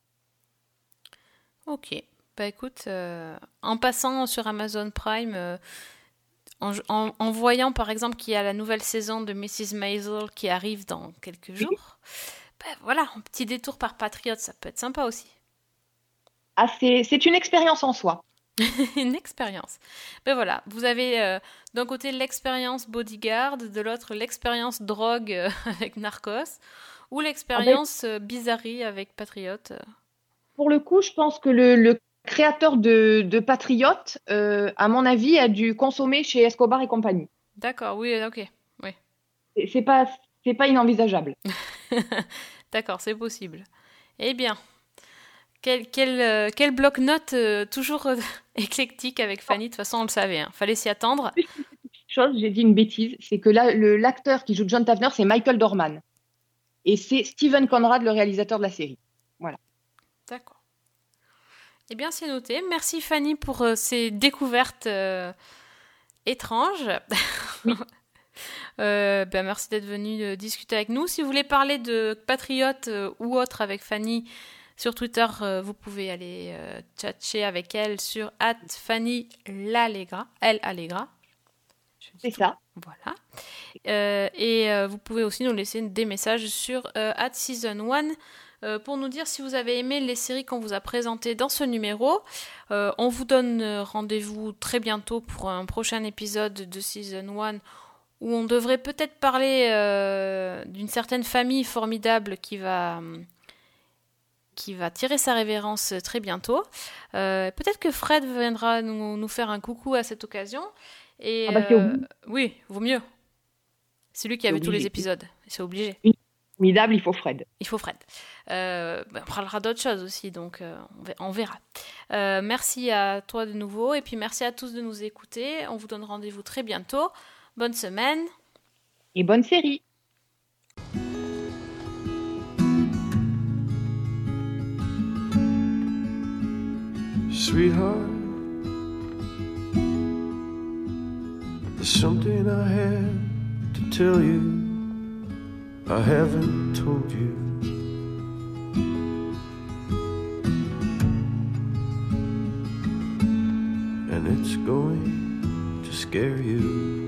Ok. Bah écoute, euh, en passant sur Amazon Prime, euh, en, en, en voyant par exemple qu'il y a la nouvelle saison de missus Maisel qui arrive dans quelques jours, bah voilà, un petit détour par Patriote, ça peut être sympa aussi. Ah, c'est, c'est une expérience en soi. Une expérience. Ben voilà, vous avez euh, d'un côté l'expérience Bodyguard, de l'autre l'expérience drogue euh, avec Narcos, ou l'expérience euh, bizarrerie avec Patriote. Pour le coup, je pense que le, le créateur de, de Patriote, euh, à mon avis, a dû consommer chez Escobar et compagnie. D'accord, oui, ok. Oui. C'est, c'est pas, c'est pas inenvisageable. D'accord, c'est possible. Eh bien, quel, quel, euh, quel bloc-notes euh, toujours euh, éclectique avec Fanny. De toute façon, on le savait, hein. Fallait s'y attendre. Chose, j'ai dit une bêtise, c'est que là, le, l'acteur qui joue John Tavner, c'est Michael Dorman. Et c'est Steven Conrad, le réalisateur de la série. Voilà. D'accord. Eh bien, c'est noté. Merci Fanny pour euh, ces découvertes euh, étranges. Oui. euh, ben, merci d'être venue euh, discuter avec nous. Si vous voulez parler de Patriote euh, ou autre avec Fanny, sur Twitter, euh, vous pouvez aller euh, tchatcher avec elle sur at Fanny L'Allegra, L Allegra. C'est ça. Voilà. Euh, et euh, vous pouvez aussi nous laisser des messages sur euh, at Season one euh, pour nous dire si vous avez aimé les séries qu'on vous a présentées dans ce numéro. Euh, on vous donne rendez-vous très bientôt pour un prochain épisode de Season one où on devrait peut-être parler euh, d'une certaine famille formidable qui va... qui va tirer sa révérence très bientôt. Euh, peut-être que Fred viendra nous, nous faire un coucou à cette occasion. Et, ah bah c'est euh, oui, vaut mieux. C'est lui qui a vu tous les épisodes. C'est obligé. Une formidable, il faut Fred. Il faut Fred. Euh, bah, on parlera d'autres choses aussi, donc euh, on verra. Euh, merci à toi de nouveau, et puis merci à tous de nous écouter. On vous donne rendez-vous très bientôt. Bonne semaine. Et bonne série. Sweetheart, there's something I had to tell you I haven't told you. And it's going to scare you.